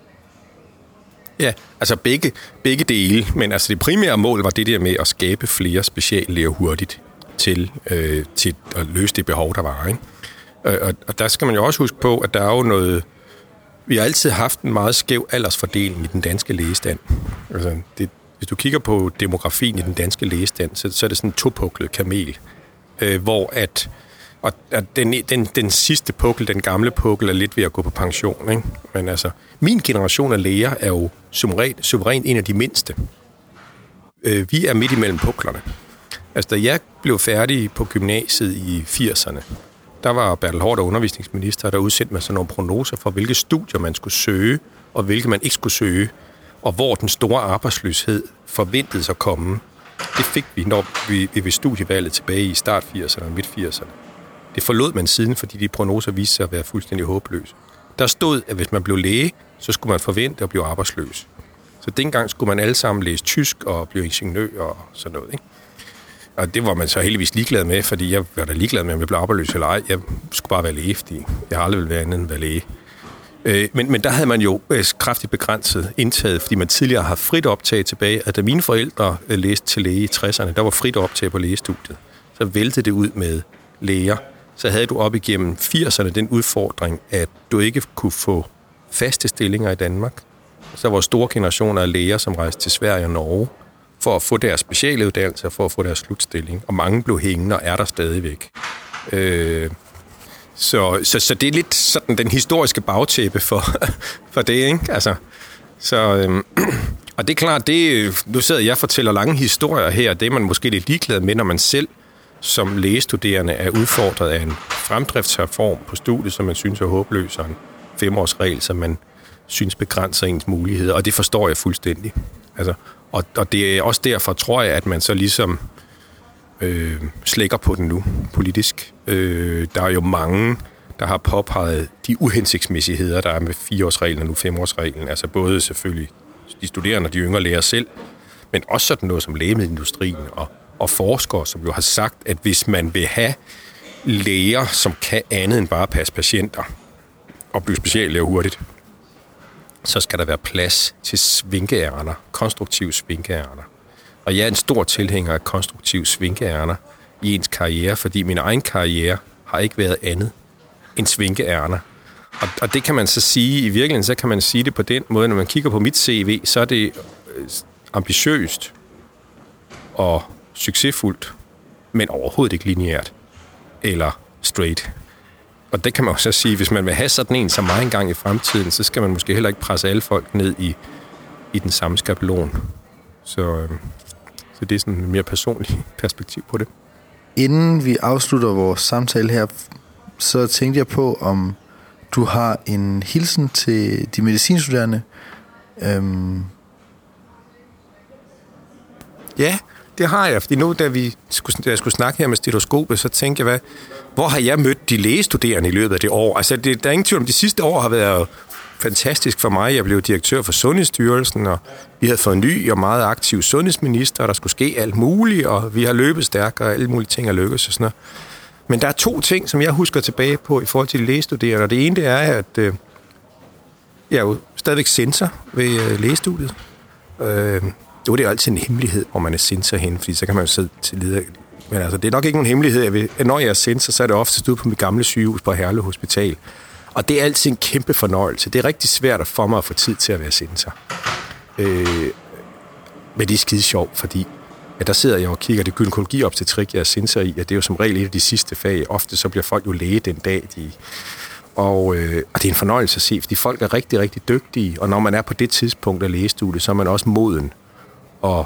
Ja, altså begge, begge dele, men altså det primære mål var det der med at skabe flere speciallæger hurtigt til, øh, til at løse det behov, der var, ikke? Og, og der skal man jo også huske på, at der er jo noget... Vi har altid haft en meget skæv aldersfordeling i den danske lægestand. Altså, det, hvis du kigger på demografien i den danske lægestand, så, så er det sådan en topuklet kamel, øh, hvor at, og, at den, den, den sidste pukkel, den gamle pukkel, er lidt ved at gå på pension, ikke? Men altså, min generation af læger er jo suverænt, suverænt en af de mindste. Øh, vi er midt imellem puklerne. Altså, da jeg blev færdig på gymnasiet i firserne, der var Bertel Haarder undervisningsminister, der udsendte med sådan nogle prognoser for, hvilke studier man skulle søge, og hvilke man ikke skulle søge, og hvor den store arbejdsløshed forventedes at komme. Det fik vi, når vi ved studievalget tilbage i start firserne og midt firserne. Det forlod man siden, fordi de prognoser viste sig at være fuldstændig håbløse. Der stod, at hvis man blev læge, så skulle man forvente at blive arbejdsløs. Så dengang skulle man alle sammen læse tysk og blive ingeniør og sådan noget, ikke? Og det var man så heldigvis ligeglad med, fordi jeg var da ligeglad med, om jeg blev arbejdsløs eller ej. Jeg skulle bare være læge, fordi jeg har aldrig ville være andet end være læge. Øh, men, men der havde man jo øh, kraftigt begrænset indtaget, fordi man tidligere har frit optag tilbage. At da mine forældre øh, læste til læge i tresserne, der var frit optag på lægestudiet. Så væltede det ud med læger. Så havde du op igennem firserne den udfordring, at du ikke kunne få faste stillinger i Danmark. Så var store generationer af læger, som rejste til Sverige og Norge, for at få deres specialuddannelse og for at få deres slutstilling. Og mange blev hængende og er der stadigvæk. Øh, så, så, så det er lidt sådan den historiske bagtæppe for, for det, ikke? Altså, så, øhm, Og det er klart, det, nu sidder jeg og fortæller lange historier her, det er man måske lidt ligeglad med, når man selv som lægestuderende er udfordret af en fremdriftsreform på studiet, som man synes er håbløs, og en femårsregel, som man synes begrænser ens muligheder, og det forstår jeg fuldstændig. Altså, og, og det er også derfor, tror jeg, at man så ligesom øh, slækker på den nu, politisk. Øh, der er jo mange, der har påpeget de uhensigtsmæssigheder, der er med fireårsreglen og nu femårsreglen. Altså både selvfølgelig de studerende og de yngre læger selv, men også sådan noget som lægemiddelindustrien og, og forskere, som jo har sagt, at hvis man vil have læger, som kan andet end bare passe patienter og blive speciallæger hurtigt, så skal der være plads til svinkeærner, konstruktive svinkeærner. Og jeg er en stor tilhænger af konstruktive svinkeærner i ens karriere, fordi min egen karriere har ikke været andet end svinkeærner. Og, og det kan man så sige, i virkeligheden, så kan man sige det på den måde, når man kigger på mit C V, så er det ambitiøst og succesfuldt, men overhovedet ikke lineært eller straight. Og det kan man jo så sige, hvis man vil have sådan en som mig engang i fremtiden, så skal man måske heller ikke presse alle folk ned i, i den samme skabelon. Så, så det er sådan et mere personligt perspektiv på det. Inden vi afslutter vores samtale her, så tænkte jeg på, om du har en hilsen til de medicinstuderende. Øhm. Ja, det har jeg, fordi nu, da, vi skulle, da jeg skulle snakke her med stetoskopet, så tænkte jeg, hvad, hvor har jeg mødt de lægestuderende i løbet af det år? Altså, det, der er ingen tvivl om, de sidste år har været fantastisk for mig. Jeg blev direktør for Sundhedsstyrelsen, og vi havde fået en ny og meget aktiv sundhedsminister, der skulle ske alt muligt, og vi har løbet stærkere, og alle mulige ting er lykkedes og sådan noget. Men der er to ting, som jeg husker tilbage på i forhold til de lægestuderende, og det ene det er, at øh, jeg er jo stadigvæk censor ved øh, lægestudiet. Øh, Jo, det er altid en hemmelighed, hvor man er censor henne, fordi så kan man jo sidde til leder. Men altså, det er nok ikke nogen hemmelighed, at, at når jeg er censor, så er det ofte ude på mit gamle sygehus på Herlev Hospital. Og det er altid en kæmpe fornøjelse. Det er rigtig svært for mig at få tid til at være censor. Øh, men det er skide sjovt, fordi at der sidder jeg og kigger det gynækologi-obstetrik, jeg er censor i, og det er jo som regel et af de sidste fag. Ofte så bliver folk jo læge den dag, de... Og, øh, og det er en fornøjelse at se, fordi folk er rigtig, rigtig dygtige, og når man er på det tidspunkt af lægestudiet, så er man også moden og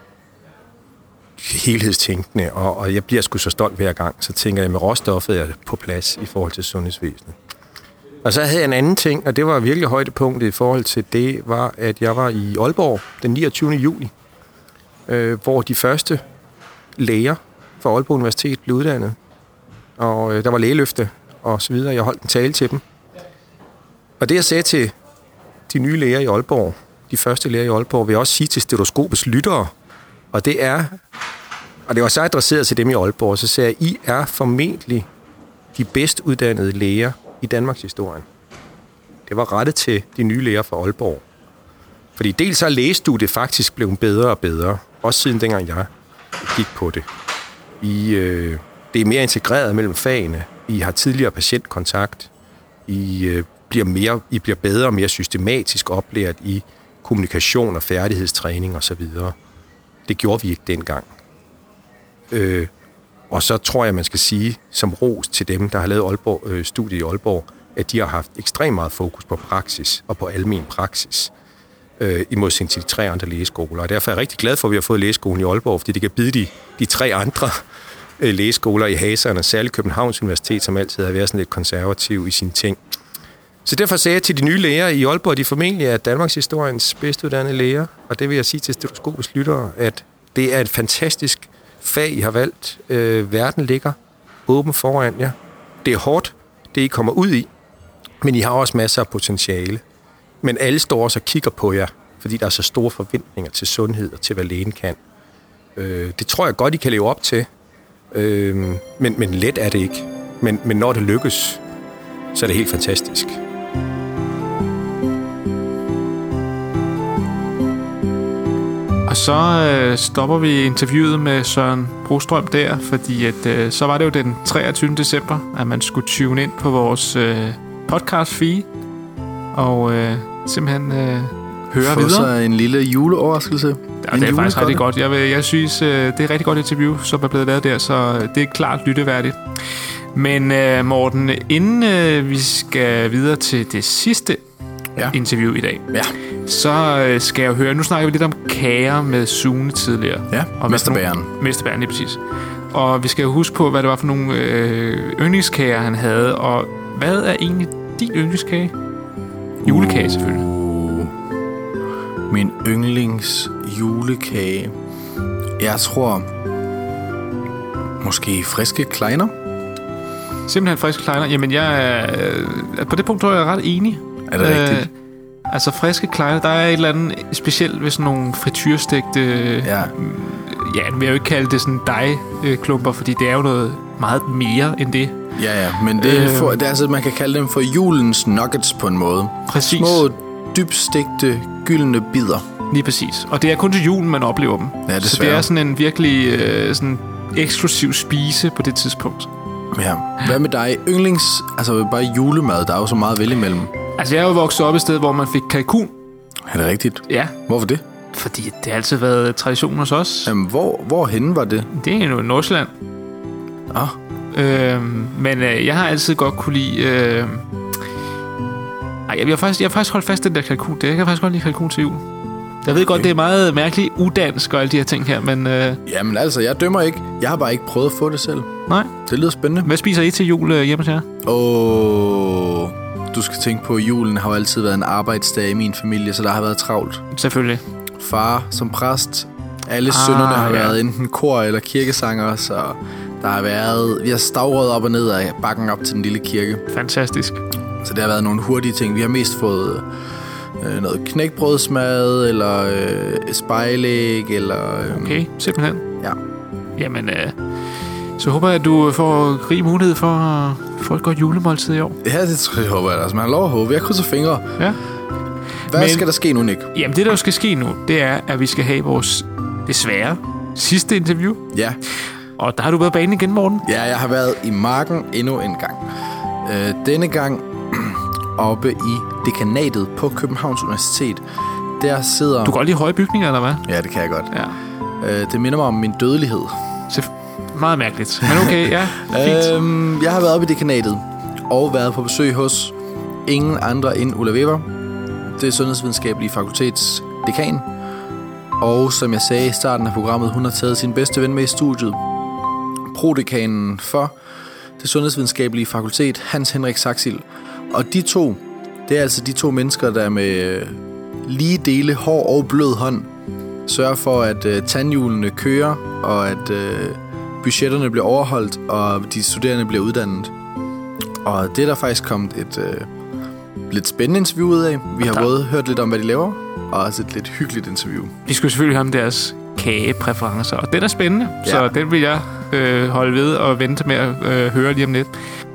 helhedstænkende, og, og jeg bliver sgu så stolt hver gang, så tænker jeg, med råstoffet er på plads i forhold til sundhedsvæsenet. Og så havde jeg en anden ting, og det var virkelig højdepunktet i forhold til det, var, at jeg var i Aalborg den niogtyvende juli, øh, hvor de første læger fra Aalborg Universitet blev uddannet, og øh, der var lægeløfte og så videre. Jeg holdt en tale til dem. Og det, jeg sagde til de nye læger i Aalborg, de første læger i Aalborg, vil jeg også sige til stetoskopets lyttere, og det er, og det var så adresseret til dem i Aalborg, så sagde jeg, I er formentlig de bedst uddannede læger i Danmarks historie. Det var rettet til de nye læger fra Aalborg. Fordi dels er lægestudiet faktisk blevet bedre og bedre, også siden dengang jeg gik på det. I, øh, det er mere integreret mellem fagene. I har tidligere patientkontakt. I, øh, bliver mere, I bliver bedre og mere systematisk oplært i kommunikation og færdighedstræning og så videre. Det gjorde vi ikke dengang. Øh, og så tror jeg, man skal sige som ros til dem, der har lavet Aalborg, øh, studiet i Aalborg, at de har haft ekstremt meget fokus på praksis og på almen praksis, øh, i modsætning til de tre andre lægeskoler. Og derfor er jeg rigtig glad for, at vi har fået lægeskolen i Aalborg, fordi det kan bide de, de tre andre øh, lægeskoler i haserne, særligt Københavns Universitet, som altid har været sådan lidt konservativ i sine ting. Så derfor sagde jeg til de nye læger i Aalborg, de formentlig er Danmarks historiens bedst uddannede læger, og det vil jeg sige til stetoskopets lyttere, at det er et fantastisk fag, I har valgt. Øh, verden ligger åben foran jer. Det er hårdt, det I kommer ud i, men I har også masser af potentiale. Men alle står også og kigger på jer, fordi der er så store forventninger til sundhed og til, hvad lægen kan. Øh, det tror jeg godt, I kan leve op til, øh, men, men let er det ikke. Men, men når det lykkes, så er det helt fantastisk. Og så øh, stopper vi interviewet med Søren Brostrøm der, fordi at, øh, så var det jo den treogtyvende december, at man skulle tune ind på vores øh, podcast feed og øh, simpelthen øh, høre Få videre. Så en lille juleoverraskelse. Ja, det er faktisk rigtig godt. Jeg, vil, jeg synes, øh, det er et rigtig godt interview, som er blevet lavet der, så det er klart lytteværdigt. Men øh, Morten, inden øh, vi skal videre til det sidste ja. interview i dag, ja. så øh, skal jeg høre... Nu snakker vi lidt om kager med Sune tidligere. Ja, og Mesterbæren. Mesterbæren, lige præcis. Og vi skal jo huske på, hvad det var for nogle øh, yndlingskager, han havde. Og hvad er egentlig din yndlingskage? Julekage, selvfølgelig. Uh, min yndlings julekage. Jeg tror... Måske friske kleiner? Simpelthen friske kleiner. Jamen, jeg er... Øh, på det punkt tror jeg, jeg er ret enig. Er det øh, rigtigt? Altså, friske kleiner, der er et eller andet specielt ved sådan nogle frityrstegte... Ja. Ja, nu vil jeg jo ikke kalde det sådan dejklumper, fordi det er jo noget meget mere end det. Ja, ja, men det er, for, det er altså, man kan kalde dem for julens nuggets på en måde. Præcis. Små, dybstegte, gyldne bidder. Lige præcis. Og det er kun til julen, man oplever dem. Ja, så det er sådan en virkelig øh, sådan eksklusiv spise på det tidspunkt. Ja. Hvad med dig? Yndlings, altså bare julemad, der er jo så meget vel imellem. Altså, jeg er jo vokset op et sted, hvor man fik kalkun. Er det rigtigt? Ja. Hvorfor det? Fordi det har altid været tradition hos os. Jamen, hvor, hvorhenne var det? Det er jo Nordsjælland. Ah. Øhm, men øh, jeg har altid godt kunne lide... Øh... Ej, jeg, jeg, har faktisk, jeg har faktisk holdt fast den der kalkun. Det, jeg kan faktisk godt lide kalkun til jul. Jeg ved okay. godt, det er meget mærkeligt udansk og alle de her ting her, men... Øh... Jamen altså, jeg dømmer ikke. Jeg har bare ikke prøvet at få det selv. Nej. Det lyder spændende. Hvad spiser I til jul øh, hjemme til jer? Åh... Oh, du skal tænke på, at julen har jo altid været en arbejdsdag i min familie, så der har været travlt. Selvfølgelig. Far som præst. Alle ah, sønnerne har ja. været enten kor eller kirkesanger, så der har været... Vi har stavret op og ned af bakken op til den lille kirke. Fantastisk. Så det har været nogle hurtige ting. Vi har mest fået øh, noget knækbrødsmad, eller øh, spejlæg, eller... Øh, okay, simpelthen. Ja. Jamen, øh, så håber jeg, at du får rig mulighed for at få et godt julemåltid i år. Ja, det tror jeg, håber jeg. Altså, man har lov at håbe. Jeg krydser fingre. Ja. Hvad Men, skal der ske nu, Nick? Jamen, det der skal ske nu, det er, at vi skal have vores desværre sidste interview. Ja. Og der har du været banen igen, Morten. Ja, jeg har været i marken endnu en gang. Øh, denne gang oppe i dekanatet på Københavns Universitet. Der sidder... Du kan godt lide høje bygninger, eller hvad? Ja, det kan jeg godt. Ja. Øh, det minder mig om min dødelighed. Så meget mærkeligt. Men okay, ja, fint. øhm, jeg har været oppe i dekanatet og været på besøg hos ingen andre end Ulla Weber. Det er Sundhedsvidenskabelige Fakultets dekan. Og som jeg sagde i starten af programmet, hun har taget sin bedste ven med i studiet. Prodekanen for det Sundhedsvidenskabelige Fakultet, Hans Henrik Saxil. Og de to, det er altså de to mennesker, der med lige dele hård og blød hånd sørger for, at uh, tandhjulene kører, og at uh, budgetterne bliver overholdt, og de studerende bliver uddannet. Og det er der faktisk kommet et uh, lidt spændende interview ud af. Vi har både hørt lidt om, hvad de laver, og også et lidt hyggeligt interview. Vi skulle selvfølgelig have om deres kagepræferencer, og den er spændende, ja. Så den vil jeg øh, holde ved og vente med at øh, høre lige om lidt.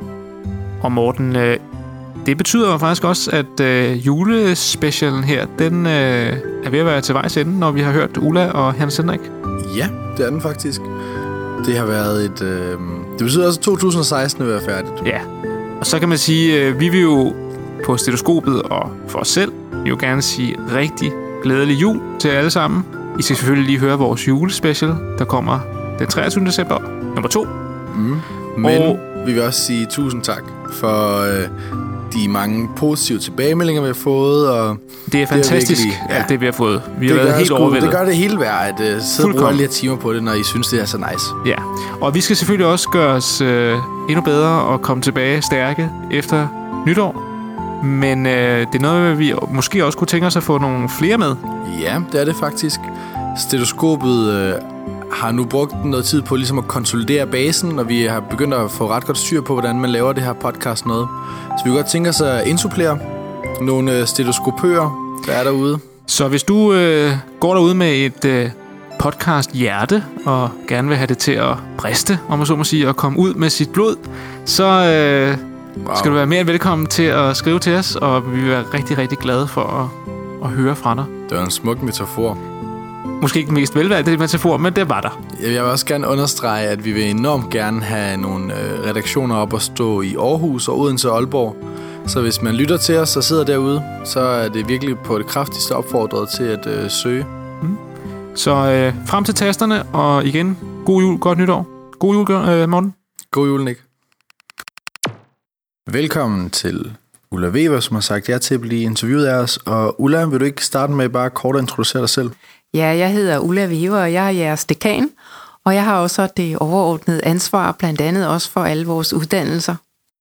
Og Morten, øh, det betyder jo faktisk også, at øh, julespecialen her, den øh, er ved at være til vejs ende, når vi har hørt Ulla og Hans Henrik. Ja, det er den faktisk. Det har været et... Øh, det betyder også, at to tusind og seksten vil være færdigt. Ja, og så kan man sige, øh, vi vil jo på stetoskopet og for os selv jo gerne sige rigtig glædelig jul til alle sammen. I skal selvfølgelig lige høre vores julespecial, der kommer den treogtyvende december, nummer to. Mm. Men og vi vil også sige tusind tak for øh, de mange positive tilbagemeldinger, vi har fået. Og det er fantastisk, det er virkelig, ja, alt det vi har fået. Vi har været helt sgu, overvældet. Det gør det hele værd at uh, sidde og bruge alle de her timer på det, når I synes, det er så nice. Ja, og vi skal selvfølgelig også gøre os øh, endnu bedre og komme tilbage stærke efter nytår. Men øh, det er noget, vi måske også kunne tænke os at få nogle flere med. Ja, det er det faktisk. Stetoskopet øh, har nu brugt noget tid på ligesom at konsolidere basen, og vi har begyndt at få ret godt styr på, hvordan man laver det her podcast noget. Så vi kan godt tænke os at indsupplere nogle øh, stetoskopører, der er derude. Så hvis du øh, går derude med et øh, podcast-hjerte, og gerne vil have det til at briste, om man så må sige, og komme ud med sit blod, så øh, wow. skal du være mere end velkommen til at skrive til os, og vi vil være rigtig, rigtig glade for at, at høre fra dig. Det var en smuk metafor. Måske ikke mest velvalgt, det metafor, men det var der. Jeg vil også gerne understrege, at vi vil enormt gerne have nogle øh, redaktioner op at stå i Aarhus og Odense og Aalborg. Så hvis man lytter til os og sidder derude, så er det virkelig på det kraftigste opfordret til at øh, søge. Mm. Så øh, frem til tasterne, og igen, god jul, godt nytår. God jul, øh, Morten. God jul, Nick. Velkommen til Ulla Weber, som har sagt ja til at blive interviewet af os. Og Ulla, vil du ikke starte med bare kort at introducere dig selv? Ja, jeg hedder Ulla Weber, og jeg er jeres dekan. Og jeg har også det overordnede ansvar, blandt andet også for alle vores uddannelser.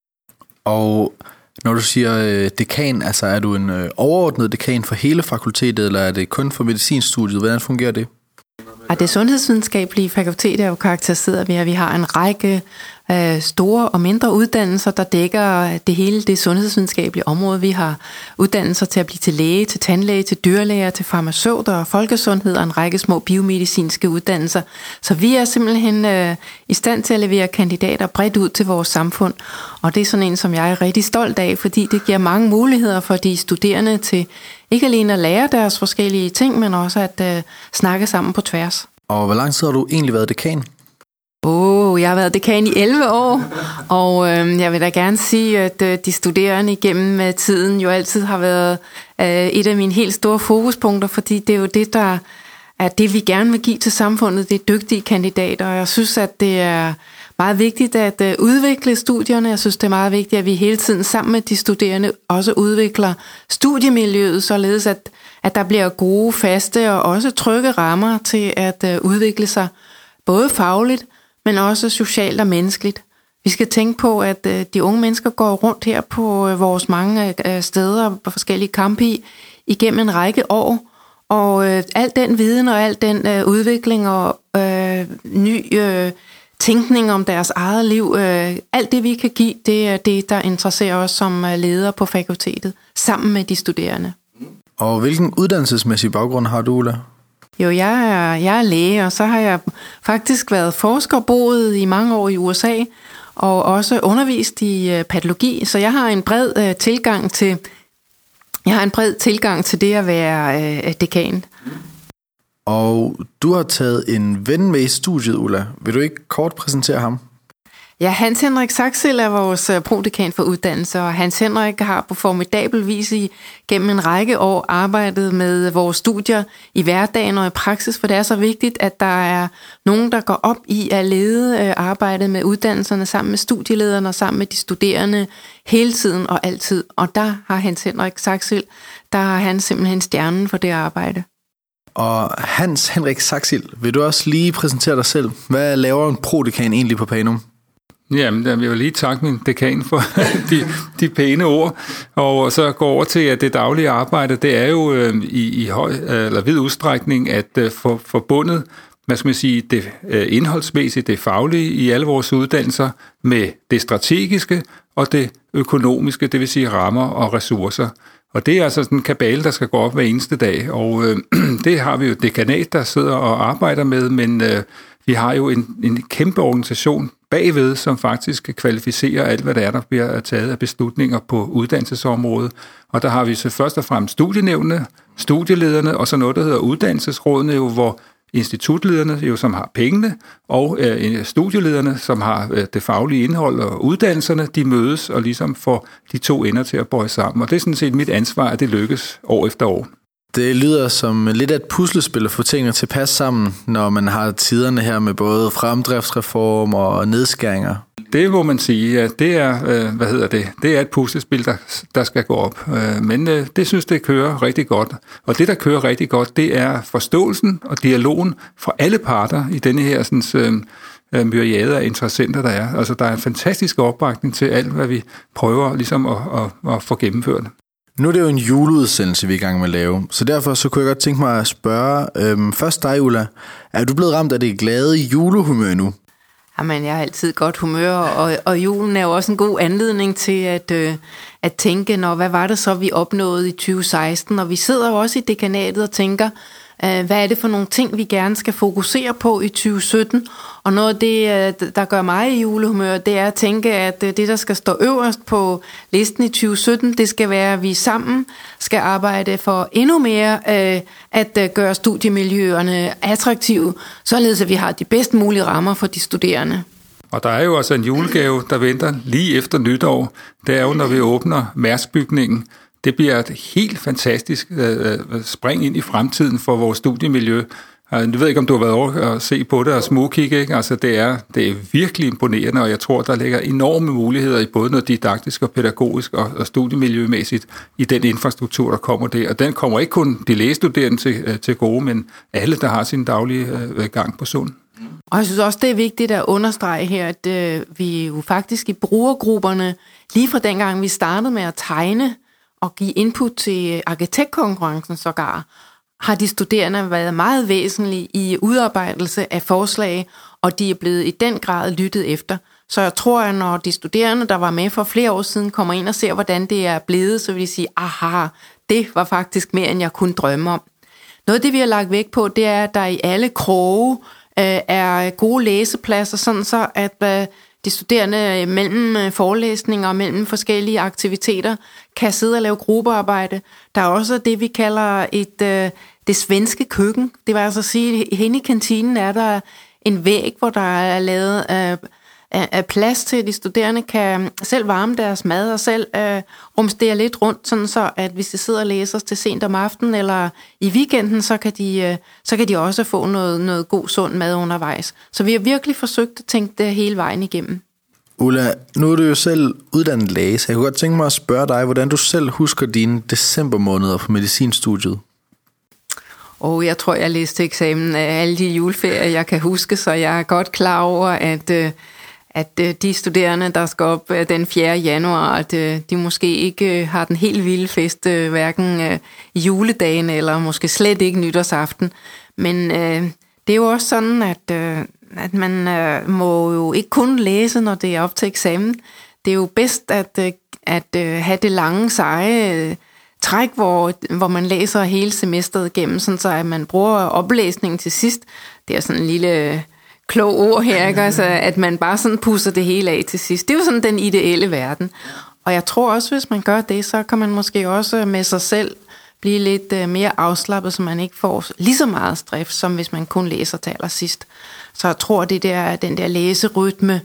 Og når du siger øh, dekan, altså er du en øh, overordnet dekan for hele fakultetet, eller er det kun for medicinstudiet? Hvordan fungerer det? Og det sundhedsvidenskabelige fakultet er jo karakteriseret ved, at vi har en række øh, store og mindre uddannelser, der dækker det hele det sundhedsvidenskabelige område. Vi har uddannelser til at blive til læge, til tandlæge, til dyrlæger, til farmaceuter og folkesundhed og en række små biomedicinske uddannelser. Så vi er simpelthen øh, i stand til at levere kandidater bredt ud til vores samfund. Og det er sådan en, som jeg er rigtig stolt af, fordi det giver mange muligheder for de studerende til ikke alene at lære deres forskellige ting, men også at øh, snakke sammen på tværs. Og hvor lang tid har du egentlig været dekan? Åh, oh, jeg har været dekan i elleve år, og øh, jeg vil da gerne sige, at øh, de studerende igennem øh, tiden jo altid har været øh, et af mine helt store fokuspunkter, fordi det er jo det, der er det, vi gerne vil give til samfundet, det er dygtige kandidater, og jeg synes, at det er meget vigtigt at øh, udvikle studierne. Jeg synes, det er meget vigtigt, at vi hele tiden sammen med de studerende også udvikler studiemiljøet, således at, at der bliver gode, faste og også trygge rammer til at øh, udvikle sig, både fagligt, men også socialt og menneskeligt. Vi skal tænke på, at øh, de unge mennesker går rundt her på øh, vores mange øh, steder på forskellige campi igennem en række år, og øh, al den viden og al den øh, udvikling og øh, ny øh, tænkning om deres eget liv, øh, alt det vi kan give, det er det, der interesserer os som øh, ledere på fakultetet, sammen med de studerende. Og hvilken uddannelsesmæssig baggrund har du, Ulla? Jo, jeg er, jeg er læge, og så har jeg faktisk været forsker, boet i mange år i U S A, og også undervist i øh, patologi, så jeg har en bred øh, tilgang til jeg har en bred tilgang til det at være øh, dekan. Og du har taget en ven med i studiet, Ulla. Vil du ikke kort præsentere ham? Ja, Hans Henrik Saxil er vores prodekan for uddannelse, og Hans Henrik har på formidabel vis i gennem en række år arbejdet med vores studier i hverdagen og i praksis, for det er så vigtigt, at der er nogen, der går op i at lede arbejdet med uddannelserne sammen med studielederne og sammen med de studerende hele tiden og altid. Og der har Hans Henrik Saxil, der har han simpelthen stjernen for det arbejde. Og Hans Henrik Saxil, vil du også lige præsentere dig selv? Hvad laver en prodekan egentlig på Panum? Jamen, jeg vil lige takke min dekan for de, de pæne ord, og så gå over til, at det daglige arbejde, det er jo øh, i, i høj eller vid udstrækning at øh, for, forbundet, hvad skal man sige, det øh, indholdsmæssige, det faglige i alle vores uddannelser med det strategiske og det økonomiske, det vil sige rammer og ressourcer. Og det er altså sådan en kabale, der skal gå op hver eneste dag, og øh, det har vi jo dekanat, der sidder og arbejder med, men øh, vi har jo en, en kæmpe organisation bagved, som faktisk kvalificerer alt, hvad der er, der bliver taget af beslutninger på uddannelsesområdet. Og der har vi så først og fremmest studienævnene, studielederne, og så noget, der hedder uddannelsesrådene, jo, hvor institutlederne, jo, som har pengene, og øh, studielederne, som har øh, det faglige indhold og uddannelserne, de mødes og ligesom får de to ender til at bøje sammen. Og det er sådan set mit ansvar, at det lykkes år efter år. Det lyder som lidt af et puslespil at få tingene til at passe sammen, når man har tiderne her med både fremdriftsreform og nedskæringer. Det må man sige, at det er, øh, hvad hedder det, det er et puslespil, der, der skal gå op. Øh, men øh, det synes det kører rigtig godt. Og det, der kører rigtig godt, det er forståelsen og dialogen fra alle parter i denne her sådan, øh, myriade af interessenter, der er. Altså, der er en fantastisk opbakning til alt, hvad vi prøver ligesom at, at, at få gennemført. Nu er det jo en juleudsendelse, vi er i gang med at lave, så derfor så kunne jeg godt tænke mig at spørge, øhm, først dig, Ulla, er du blevet ramt af det glade julehumør nu? Jamen, jeg har altid godt humør, og, og julen er jo også en god anledning til at, øh, at tænke, når, hvad var det så, vi opnåede i tyve seksten, og vi sidder jo også i dekanatet og tænker, øh, hvad er det for nogle ting, vi gerne skal fokusere på i tyve sytten, og noget af det, der gør mig i julehumør, det er at tænke, at det, der skal stå øverst på listen i tyve sytten, det skal være, at vi sammen skal arbejde for endnu mere øh, at gøre studiemiljøerne attraktive, således at vi har de bedst mulige rammer for de studerende. Og der er jo også en julegave, der venter lige efter nytår. Det er jo, når vi åbner Mærskbygningen. Det bliver et helt fantastisk øh, spring ind i fremtiden for vores studiemiljø. Jeg ved ikke, om du har været over og se på det og smugkigge, ikke? Altså, det er, det er virkelig imponerende, og jeg tror, der ligger enorme muligheder i både noget didaktisk og pædagogisk og, og studiemiljømæssigt i den infrastruktur, der kommer der. Og den kommer ikke kun de lægestuderende til, til gode, men alle, der har sin daglige øh, gang på Sund. Og jeg synes også, det er vigtigt at understrege her, at øh, vi jo faktisk i brugergrupperne, lige fra dengang vi startede med at tegne og give input til arkitektkonkurrencen sågar, har de studerende været meget væsentlige i udarbejdelse af forslag, og de er blevet i den grad lyttet efter. Så jeg tror, at når de studerende, der var med for flere år siden, kommer ind og ser, hvordan det er blevet, så vil de sige, aha, det var faktisk mere, end jeg kunne drømme om. Noget af det, vi har lagt vægt på, det er, at der i alle kroge øh, er gode læsepladser, sådan så at øh, de studerende mellem forelæsninger og mellem forskellige aktiviteter kan sidde og lave gruppearbejde. Der er også det, vi kalder et, øh, det svenske køkken. Det vil altså sige, at henne i kantinen er der en væg, hvor der er lavet øh, af plads til, at de studerende kan selv varme deres mad og selv øh, rumstere lidt rundt, sådan så at hvis de sidder og læser til sent om aftenen eller i weekenden, så kan de, øh, så kan de også få noget, noget god, sund mad undervejs. Så vi har virkelig forsøgt at tænke det hele vejen igennem. Ulla, nu er du jo selv uddannet læge, så jeg kunne godt tænke mig at spørge dig, hvordan du selv husker dine decembermåneder på medicinstudiet. Og jeg tror, jeg læste til eksamen af alle de juleferier, jeg kan huske, så jeg er godt klar over, at, at de studerende, der skal op den fjerde januar, at de måske ikke har den helt vilde fest, hverken i juledagen eller måske slet ikke nytårsaften. Men det er jo også sådan, at, at man må jo ikke kun læse, når det er op til eksamen. Det er jo bedst at, at have det lange, seje træk, hvor, hvor man læser hele semesteret igennem, sådan så at man bruger oplæsningen til sidst. Det er sådan en lille klog ord her, ikke? Altså, at man bare sådan pusser det hele af til sidst. Det er jo sådan den ideelle verden. Og jeg tror også, hvis man gør det, så kan man måske også med sig selv blive lidt mere afslappet, så man ikke får lige så meget stress, som hvis man kun læser til allersidst. Så jeg tror, det der, den der læserytme,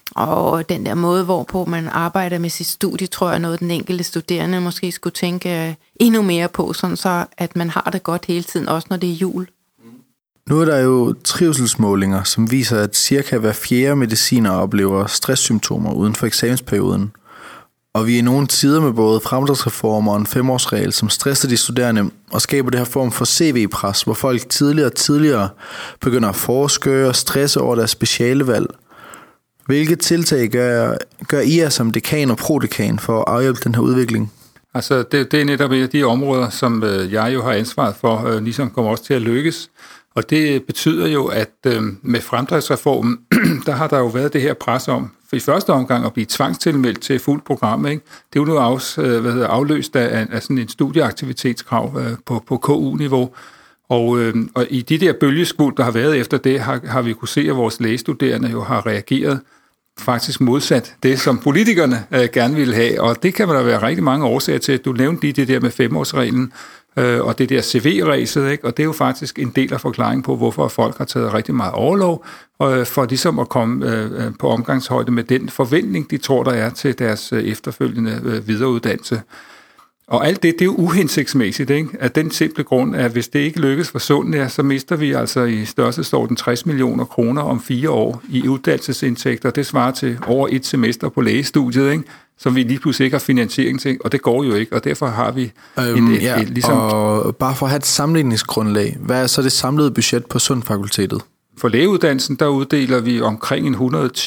og den der måde, hvorpå man arbejder med sit studie, tror jeg er noget, den enkelte studerende måske skulle tænke endnu mere på, sådan så at man har det godt hele tiden, også når det er jul. Nu er der jo trivselsmålinger, som viser, at cirka hver fjerde mediciner oplever stresssymptomer uden for eksamensperioden. Og vi er i nogle tider med både fremdriftsreformer og en femårsregel, som stresser de studerende og skaber det her form for C V-pres, hvor folk tidligere og tidligere begynder at forske og stresse over deres specialevalg. Hvilke tiltag gør, gør I jer som dekan og prodekan for at afhjælpe den her udvikling? Altså, det, det er netop et af de områder, som øh, jeg jo har ansvaret for, øh, ligesom kommer også til at lykkes. Og det betyder jo, at øh, med fremdriftsreformen, der har der jo været det her pres om, for i første omgang at blive tvangstilmeldt til fuldt program, ikke? Det er jo nu af, øh, hvad hedder, afløst af, af sådan en studieaktivitetskrav øh, på, på K U-niveau. Og, øh, og i de der bølgeskuld, der har været efter det, har, har vi kunne se, at vores lægestuderende jo har reageret faktisk modsat det, som politikerne øh, gerne ville have. Og det kan der være rigtig mange årsager til. Du nævnte lige det der med femårsreglen øh, og det der C V-ræset, ikke? Og det er jo faktisk en del af forklaringen på, hvorfor folk har taget rigtig meget overlov, øh, for ligesom at komme øh, på omgangshøjde med den forventning, de tror, der er til deres øh, efterfølgende øh, videreuddannelse. Og alt det, det er jo uhensigtsmæssigt, ikke? Af den simple grund, at hvis det ikke lykkes for Sund, ja, så mister vi altså i størrelsesorden tres millioner kroner om fire år i uddannelsesindtægter. Det svarer til over et semester på lægestudiet, ikke? Som vi lige pludselig ikke har finansiering til, og det går jo ikke, og derfor har vi øhm, et, et, ja, et, ligesom... Og bare for at have et sammenligningsgrundlag, hvad er så det samlede budget på Sundfakultetet? For lægeuddannelsen, der uddeler vi omkring en hundrede og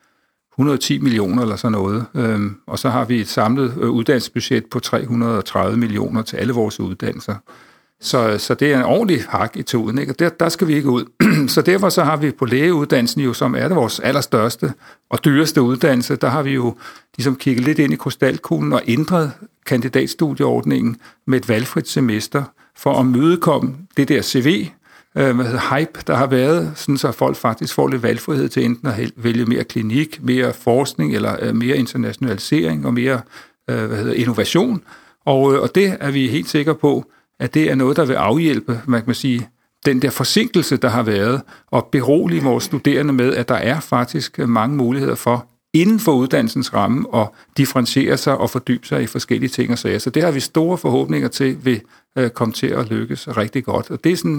ti millioner eller sådan noget. Øhm, og så har vi et samlet øh, uddannelsesbudget på tre hundrede og tredive millioner til alle vores uddannelser. Så, så det er en ordentlig hak i tuden, ikke? Og der, der skal vi ikke ud. Så derfor så har vi på lægeuddannelsen jo, som er det vores allerstørste og dyreste uddannelse, der har vi jo ligesom kigget lidt ind i krystalkuglen og ændret kandidatstudieordningen med et valgfrit semester for at mødekomme det der C V, øh, hvad hedder, hype, der har været, sådan så folk faktisk får lidt valgfrihed til enten at vælge mere klinik, mere forskning eller øh, mere internationalisering og mere øh, hvad hedder, innovation. Og, øh, og det er vi helt sikre på, at det er noget, der vil afhjælpe, man kan sige, den der forsinkelse, der har været, og berolige vores studerende med, at der er faktisk mange muligheder for, inden for uddannelsens ramme, at differentiere sig og fordybe sig i forskellige ting og sager. Så det har vi store forhåbninger til, vil øh, komme til at lykkes rigtig godt. Og det er sådan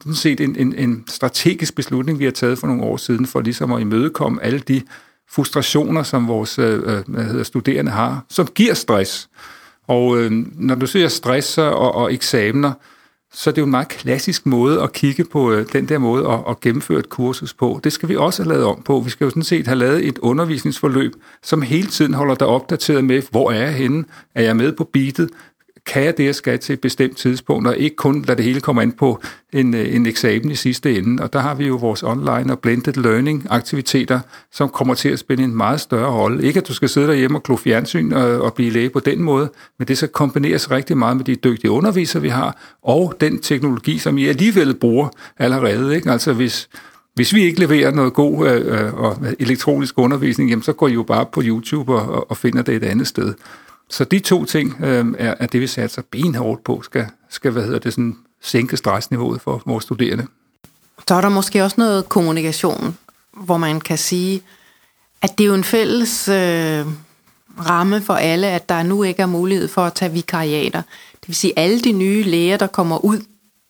sådan set en, en, en strategisk beslutning, vi har taget for nogle år siden, for ligesom at imødekomme alle de frustrationer, som vores øh, hvad hedder, studerende har, som giver stress. Og øh, når du siger stress og, og eksamener, så er det jo en meget klassisk måde at kigge på øh, den der måde at, at gennemføre et kursus på. Det skal vi også have lavet om på. Vi skal jo sådan set have lavet et undervisningsforløb, som hele tiden holder dig opdateret med, hvor er jeg henne? Er jeg med på beatet? Kan jeg det, jeg skal til et bestemt tidspunkt, og ikke kun lade det hele komme an på en, en eksamen i sidste ende. Og der har vi jo vores online og blended learning aktiviteter, som kommer til at spille en meget større rolle. Ikke at du skal sidde derhjemme og klo fjernsyn og, og blive læge på den måde, men det skal kombineres rigtig meget med de dygtige undervisere, vi har, og den teknologi, som I alligevel bruger allerede. Ikke? Altså hvis, hvis vi ikke leverer noget god øh, og elektronisk undervisning, jamen, så går I jo bare på YouTube og, og finder det et andet sted. Så de to ting øh, er, er det, vi satser benhårdt på, skal, skal hvad hedder det, sådan, sænke stressniveauet for vores studerende. Så er der måske også noget kommunikation, hvor man kan sige, at det er jo en fælles øh, ramme for alle, at der nu ikke er mulighed for at tage vikariater. Det vil sige, at alle de nye læger, der kommer ud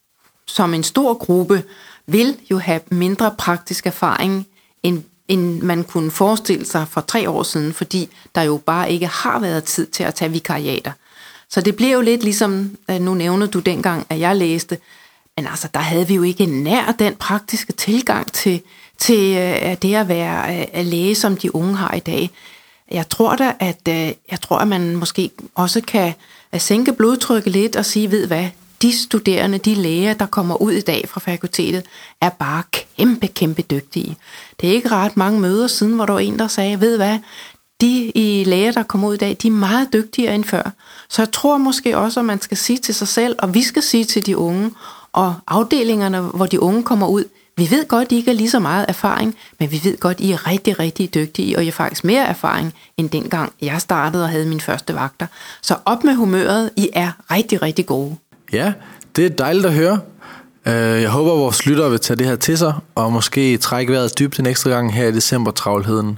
som en stor gruppe, vil jo have mindre praktisk erfaring, end end man kunne forestille sig for tre år siden, fordi der jo bare ikke har været tid til at tage vikariater. Så det bliver jo lidt ligesom, nu nævner du dengang, at jeg læste, men altså, der havde vi jo ikke nær den praktiske tilgang til, til det at være at læge, som de unge har i dag. Jeg tror da, at, jeg tror, at man måske også kan sænke blodtrykket lidt og sige, ved hvad, de studerende, de læger, der kommer ud i dag fra fakultetet, er bare kæmpe, kæmpe dygtige. Det er ikke ret mange møder siden, hvor der var en, der sagde, ved hvad, de i læger, der kommer ud i dag, de er meget dygtigere end før. Så jeg tror måske også, at man skal sige til sig selv, og vi skal sige til de unge, og afdelingerne, hvor de unge kommer ud, vi ved godt, at I ikke er lige så meget erfaring, men vi ved godt, at I er rigtig, rigtig dygtige, og I har faktisk mere erfaring, end dengang jeg startede og havde mine første vagter. Så op med humøret, I er rigtig, rigtig gode. Ja, det er dejligt at høre. Jeg håber, at vores lyttere vil tage det her til sig, og måske trække vejret dybt en ekstra gang her i december-travlheden.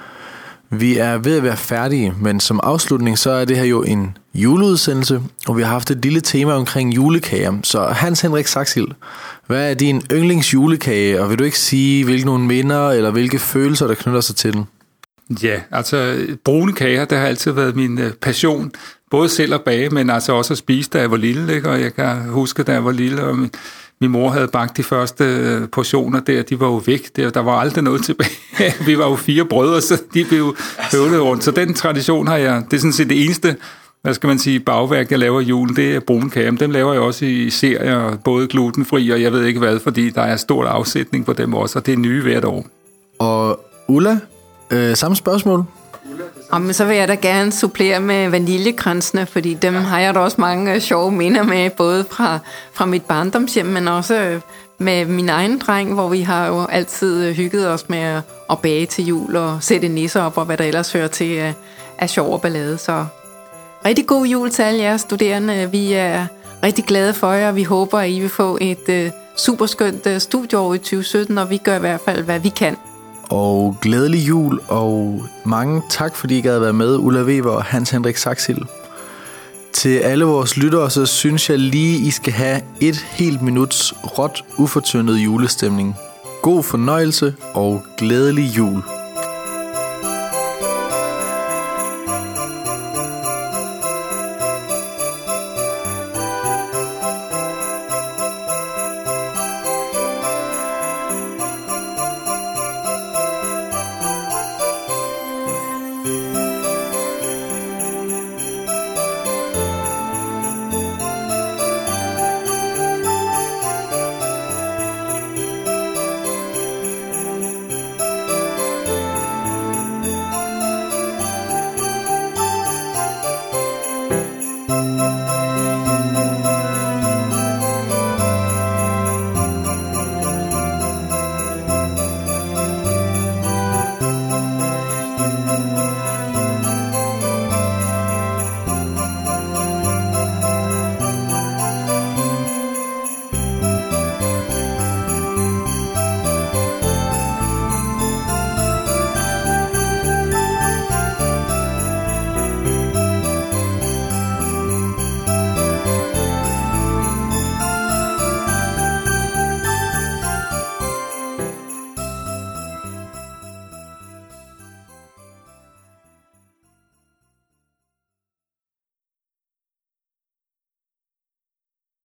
Vi er ved at være færdige, men som afslutning, så er det her jo en juleudsendelse, og vi har haft et lille tema omkring julekager. Så Hans Henrik Saxil, hvad er din yndlingsjulekage, og vil du ikke sige, hvilke nogle minder eller hvilke følelser, der knytter sig til den? Ja, altså brune kager, det har altid været min uh, passion. Både selv at bage, men altså også at spise, da jeg var lille. Ikke? Og jeg kan huske, da jeg var lille, og min, min mor havde bagt de første uh, portioner der, de var jo væk. Der, der var aldrig noget tilbage. Vi var jo fire brødre, så de blev høvlet rundt. Så den tradition har jeg, det er sådan set det eneste, hvad skal man sige, bagværk, jeg laver i julen, det er brune kager. Dem laver jeg også i serier, både glutenfri, og jeg ved ikke hvad, fordi der er stor afsætning på dem også, og det er nye hvert år. Og Ulla, øh, samme spørgsmål? Jamen, så vil jeg da gerne supplere med vaniljekransene, fordi dem har jeg da også mange uh, sjove minder med, både fra, fra mit barndomshjem, men også uh, med min egen dreng, hvor vi har jo altid uh, hygget os med at, at bage til jul og sætte nisser op, og hvad der ellers hører til uh, af sjov og ballade. Så rigtig god jul til alle jer studerende. Vi er rigtig glade for jer, og vi håber, at I vil få et uh, superskønt uh, studieår i tyve sytten, og vi gør i hvert fald, hvad vi kan. Og glædelig jul, og mange tak, fordi I gad være med, Ulla Weber og Hans Henrik Saxil. Til alle vores lyttere, så synes jeg lige, I skal have et helt minuts råt, ufortyndet julestemning. God fornøjelse og glædelig jul.